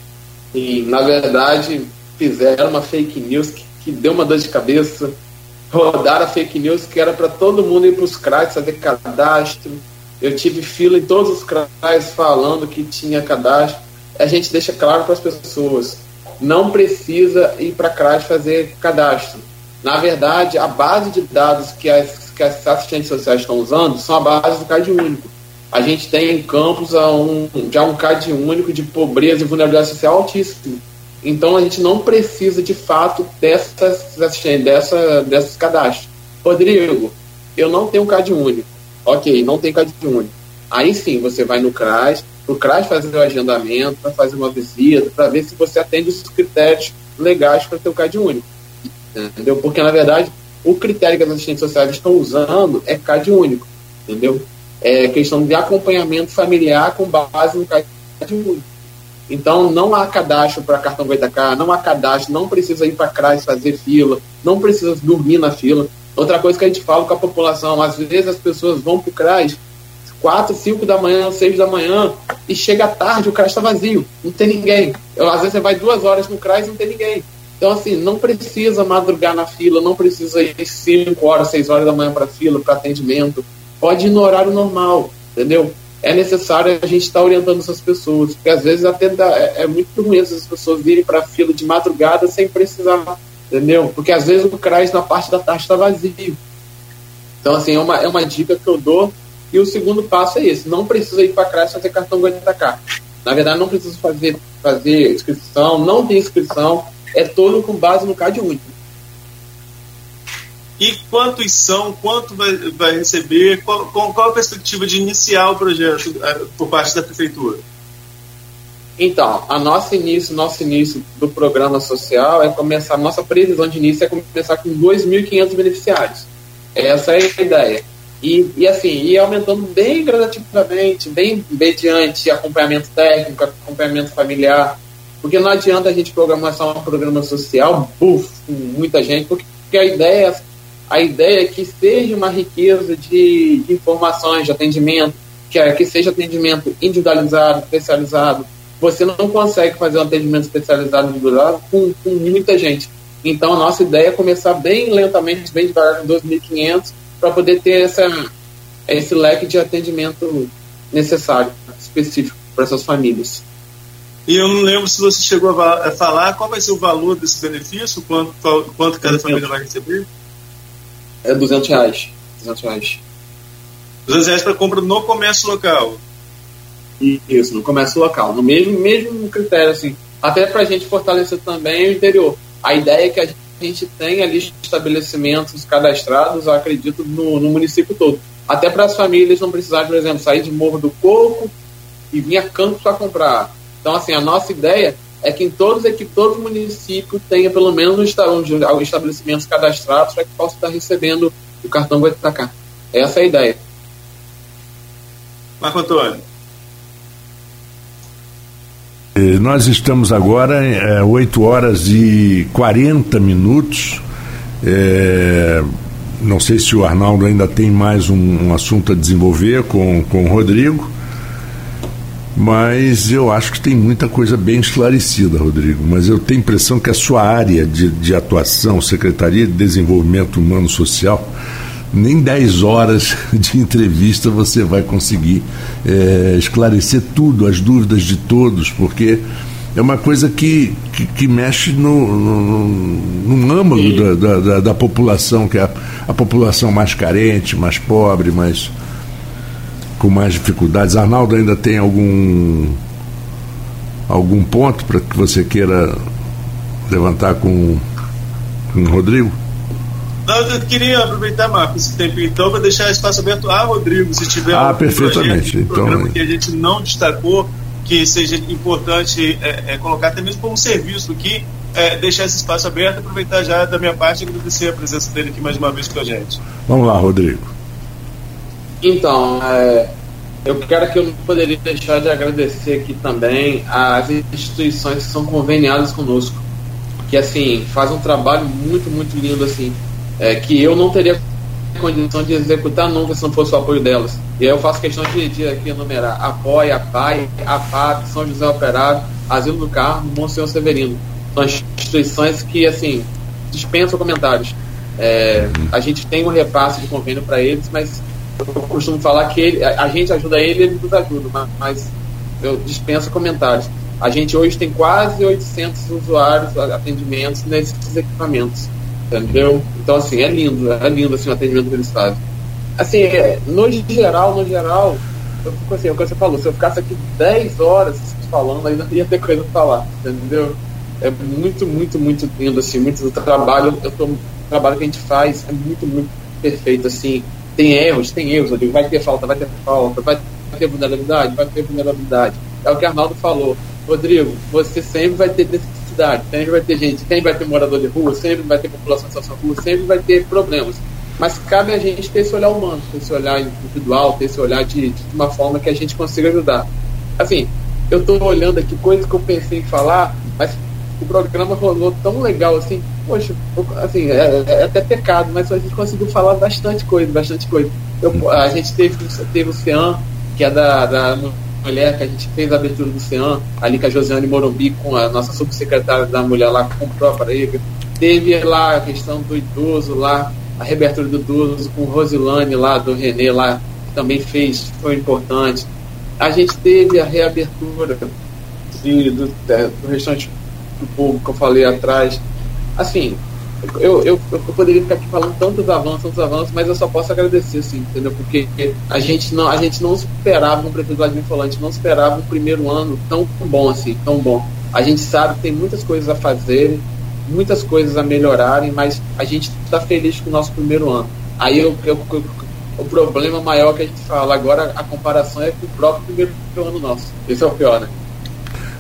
E, na verdade, fizeram uma fake news que, que deu uma dor de cabeça. Rodaram a fake news que era para todo mundo ir para os C R A S fazer cadastro. Eu tive fila em todos os C R A S falando que tinha cadastro. A gente deixa claro para as pessoas, não precisa ir para a C R A S fazer cadastro. Na verdade, a base de dados que as, que as assistentes sociais estão usando são a base do C A D único. A gente tem em Campos um, já um C A D único de pobreza e vulnerabilidade social altíssimo. Então a gente não precisa de fato dessas assistentes, dessa, desses cadastros. Rodrigo, eu não tenho um C A D único. Ok, não tem C A D único. Aí sim, você vai no C R A S, o C R A S fazer o agendamento, para fazer uma visita, para ver se você atende os critérios legais para ter o C A D único. Entendeu? Porque, na verdade, o critério que as assistentes sociais estão usando é C A D único. Entendeu? É questão de acompanhamento familiar com base no C A D único. Então, não há cadastro para cartão Goitacá, não há cadastro, não precisa ir para a C R A S fazer fila, não precisa dormir na fila. Outra coisa que a gente fala com a população, às vezes as pessoas vão para o C R A S quatro, cinco da manhã, seis da manhã, e chega tarde, o C R A S está vazio, não tem ninguém. Eu, às vezes você vai duas horas no C R A S e não tem ninguém. Então, assim, não precisa madrugar na fila, não precisa ir cinco horas, seis horas da manhã para fila, para atendimento. Pode ir no horário normal, entendeu? É necessário a gente estar tá orientando essas pessoas, porque às vezes até dá, é, é muito ruim essas pessoas virem para a fila de madrugada sem precisar, entendeu? Porque às vezes o C R A S na parte da tarde está vazio. Então, assim, é uma, é uma dica que eu dou. E o segundo passo é esse, não precisa ir para a C R A S fazer cartão Goitacá. Na verdade, não precisa fazer, fazer inscrição, não tem inscrição, é todo com base no C A D único.
E quantos são, quanto vai, vai receber, qual, qual a perspectiva de iniciar o projeto uh, por parte da Prefeitura?
Então, a nosso início, nosso início do programa social é começar, nossa previsão de início é começar com dois mil e quinhentos beneficiários. Essa é a ideia. E, e assim, ir aumentando bem gradativamente, bem mediante acompanhamento técnico, acompanhamento familiar, porque não adianta a gente programar só um programa social, buf, com muita gente, porque a ideia, a ideia é que seja uma riqueza de, de informações, de atendimento, que, é, que seja atendimento individualizado, especializado. Você não consegue fazer um atendimento especializado individualizado com, com muita gente. Então, a nossa ideia é começar bem lentamente, bem devagar, em dois mil e quinhentos, para poder ter essa, esse leque de atendimento necessário, específico para essas famílias.
E eu não lembro se você chegou a falar qual vai ser o valor desse benefício, quanto, quanto cada família vai receber?
É duzentos reais. duzentos reais.
duzentos reais para compra no comércio local.
Isso, no comércio local. No mesmo, mesmo critério, assim. Até para a gente fortalecer também o interior. A ideia é que a gente tenha ali estabelecimentos cadastrados, eu acredito, no, no município todo. Até para as famílias não precisarem, por exemplo, sair de Morro do Coco e vir a Campos para comprar. Então, assim, a nossa ideia é que em todos, é que todo município tenha pelo menos um estabelecimentos cadastrados para que possa estar recebendo o cartão Vai Atacar. Essa é a ideia.
Marco Antônio.
Nós estamos agora é, oito horas e quarenta minutos. É, não sei se o Arnaldo ainda tem mais um, um assunto a desenvolver com, com o Rodrigo, mas eu acho que tem muita coisa bem esclarecida, Rodrigo. Mas eu tenho a impressão que a sua área de, de atuação, Secretaria de Desenvolvimento Humano Social, nem dez horas de entrevista você vai conseguir é, esclarecer tudo, as dúvidas de todos, porque é uma coisa que, que, que mexe no, no, no âmago da, da, da população, que é a, a população mais carente, mais pobre, mais, com mais dificuldades. Arnaldo, ainda tem algum, algum ponto para que você queira levantar com, com o Rodrigo?
Eu queria aproveitar, Marcos, esse tempo então para deixar espaço aberto a Rodrigo, se tiver
ah,
algum
perfeitamente.
Projeto,
então,
programa que a gente não destacou, que seja importante é, é, colocar até mesmo como serviço aqui, é, deixar esse espaço aberto, aproveitar já da minha parte e agradecer a presença dele aqui mais uma vez com a gente.
Vamos lá, Rodrigo.
Então, é, eu quero que eu não poderia deixar de agradecer aqui também às instituições que são conveniadas conosco, que assim, fazem um trabalho muito, muito lindo assim. É, que eu não teria condição de executar nunca se não fosse o apoio delas. E aí eu faço questão de, de aqui enumerar: Apoia, A P A I, A P A P, São José Operário, Asilo do Carmo, Monsenhor Severino. São instituições que, assim, dispensam comentários. É, a gente tem um repasse de convênio para eles, mas eu costumo falar que ele, a, a gente ajuda ele e ele nos ajuda, mas, mas eu dispenso comentários. A gente hoje tem quase oitocentos usuários, atendimentos nesses equipamentos. Entendeu? Então, assim, é lindo, é lindo assim, o atendimento que eles fazem. Assim, no geral, no geral, eu fico assim, é o que você falou, se eu ficasse aqui dez horas falando, ainda ia ter coisa pra falar, entendeu? É muito, muito, muito lindo, assim, muito do trabalho, eu tô, o trabalho que a gente faz é muito, muito perfeito, assim, tem erros, tem erros, eu digo, vai ter falta, vai ter falta, vai ter vulnerabilidade, vai ter vulnerabilidade. É o que o Arnaldo falou. Rodrigo, você sempre vai ter necessidade, sempre vai ter gente, sempre vai ter morador de rua, sempre vai ter população de situação de rua, sempre vai ter problemas. Mas cabe a gente ter esse olhar humano, ter esse olhar individual, ter esse olhar de, de uma forma que a gente consiga ajudar. Assim, eu estou olhando aqui coisas que eu pensei em falar, mas o programa rolou tão legal assim, poxa, assim, é, é até pecado, mas a gente conseguiu falar bastante coisa, bastante coisa. Eu, a gente teve, teve o CEAM, que é da, da mulher, que a gente fez a abertura do CEAM, ali com a Josiane Morumbi, com a nossa subsecretária da mulher lá, que comprou a aparelho. Teve lá a questão do idoso lá, a reabertura do idoso com Rosilane lá, do Renê lá, que também fez, foi importante. A gente teve a reabertura de, do, do restante do público que eu falei atrás. Assim, eu, eu, eu poderia ficar aqui falando tantos avanços, tantos avanços, mas eu só posso agradecer, assim, entendeu? Porque a gente não, a gente não esperava, um prefeito Vladimir falou, a gente não esperava um primeiro ano tão bom assim, tão bom. A gente sabe que tem muitas coisas a fazer, muitas coisas a melhorarem, mas a gente está feliz com o nosso primeiro ano. Aí eu, eu, eu, o problema maior que a gente fala agora, a comparação é com o próprio primeiro ano nosso. Esse é o pior, né?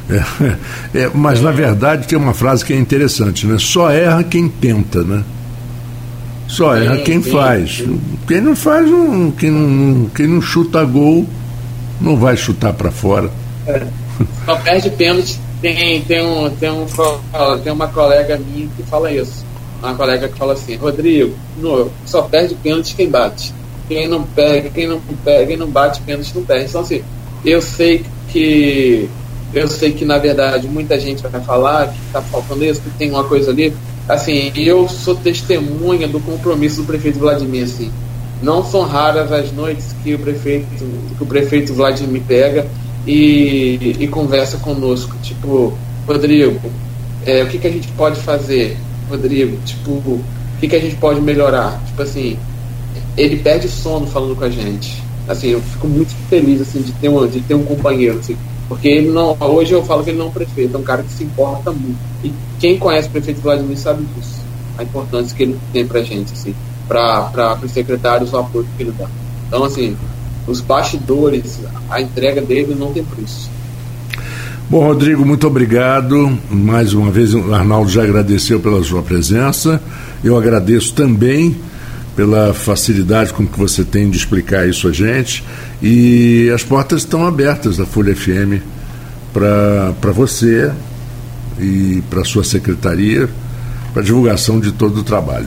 É, é, mas, na verdade, tem uma frase que é interessante, né? Só erra quem tenta, né? Só erra sim, quem sim, faz. Sim. Quem não faz, não, quem, não, quem não chuta gol, não vai chutar para fora.
É. Só perde pênalti. Tem, tem, um, tem, um, tem uma colega minha que fala isso. Uma colega que fala assim: Rodrigo, no, só perde pênalti quem bate. Quem não pega, quem não pega, quem não bate pênalti não perde. Então, assim, eu sei que eu sei que na verdade muita gente vai falar que está faltando isso, que tem uma coisa ali. Assim, eu sou testemunha do compromisso do prefeito Vladimir. Assim, não são raras as noites que o prefeito, que o prefeito Vladimir pega e, e conversa conosco. Tipo, Rodrigo, é, o que, que a gente pode fazer? Rodrigo, tipo, o que, que a gente pode melhorar? Tipo assim, ele perde sono falando com a gente. Assim, eu fico muito feliz assim, de, ter um, de ter um companheiro, assim, porque ele não, hoje eu falo que ele não é um prefeito, é um cara que se importa muito. E quem conhece o prefeito Vladimir sabe disso, a importância que ele tem pra gente, assim, para os secretários, o apoio que ele dá. Então, assim, os bastidores, a entrega dele não tem preço.
Bom, Rodrigo, muito obrigado. Mais uma vez, o Arnaldo já agradeceu pela sua presença. Eu agradeço também pela facilidade com que você tem de explicar isso a gente. E as portas estão abertas da Folha F M para você e para a sua secretaria, para divulgação de todo o trabalho.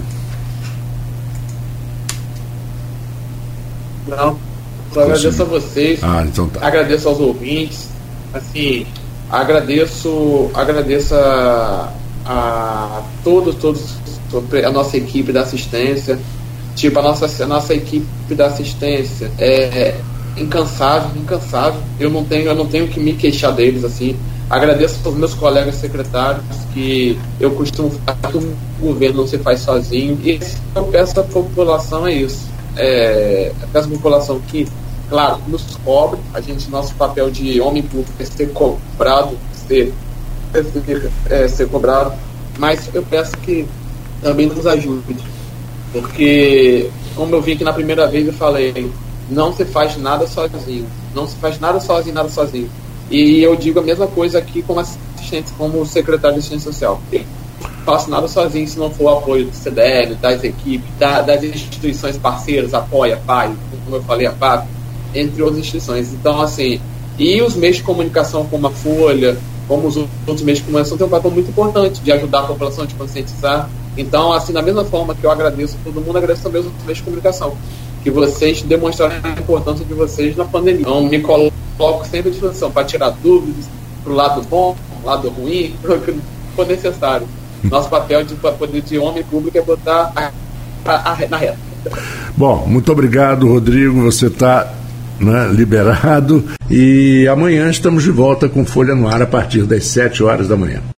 Não, só agradeço a vocês.
Ah, então tá.
Agradeço aos ouvintes. Assim, agradeço, agradeço a, a todos, todos, a nossa equipe da assistência. Tipo, a nossa, a nossa equipe da assistência é incansável, incansável. Eu não tenho, eu não tenho que me queixar deles, assim. Agradeço aos meus colegas secretários, que eu costumo falar que o governo não se faz sozinho. E eu peço à população é isso. É, eu peço à população que, claro, nos cobre. A gente, nosso papel de homem público é ser cobrado, ser, ser, é, ser cobrado. Mas eu peço que também nos ajude. Porque, como eu vi aqui na primeira vez, eu falei, não se faz nada sozinho. Não se faz nada sozinho, nada sozinho. E eu digo a mesma coisa aqui como assistente, como secretário de assistência social. Eu não faço nada sozinho se não for o apoio do C D L, das equipes, da, das instituições parceiras, Apoia, P A I, como eu falei, a P A P, entre outras instituições. Então, assim, e os meios de comunicação como a Folha, como os outros meios de comunicação, tem um papel muito importante de ajudar a população, de conscientizar. Então, assim, da mesma forma que eu agradeço a todo mundo, agradeço também os outros meios de comunicação, que vocês demonstraram a importância de vocês na pandemia. Então, me coloco sempre à disposição para tirar dúvidas, para o lado bom, para o lado ruim, para o que for necessário. Nosso papel de poder de homem público é botar a, a, a, na reta.
Bom, muito obrigado, Rodrigo. Você está, né, liberado. E amanhã estamos de volta com Folha no Ar a partir das sete horas da manhã.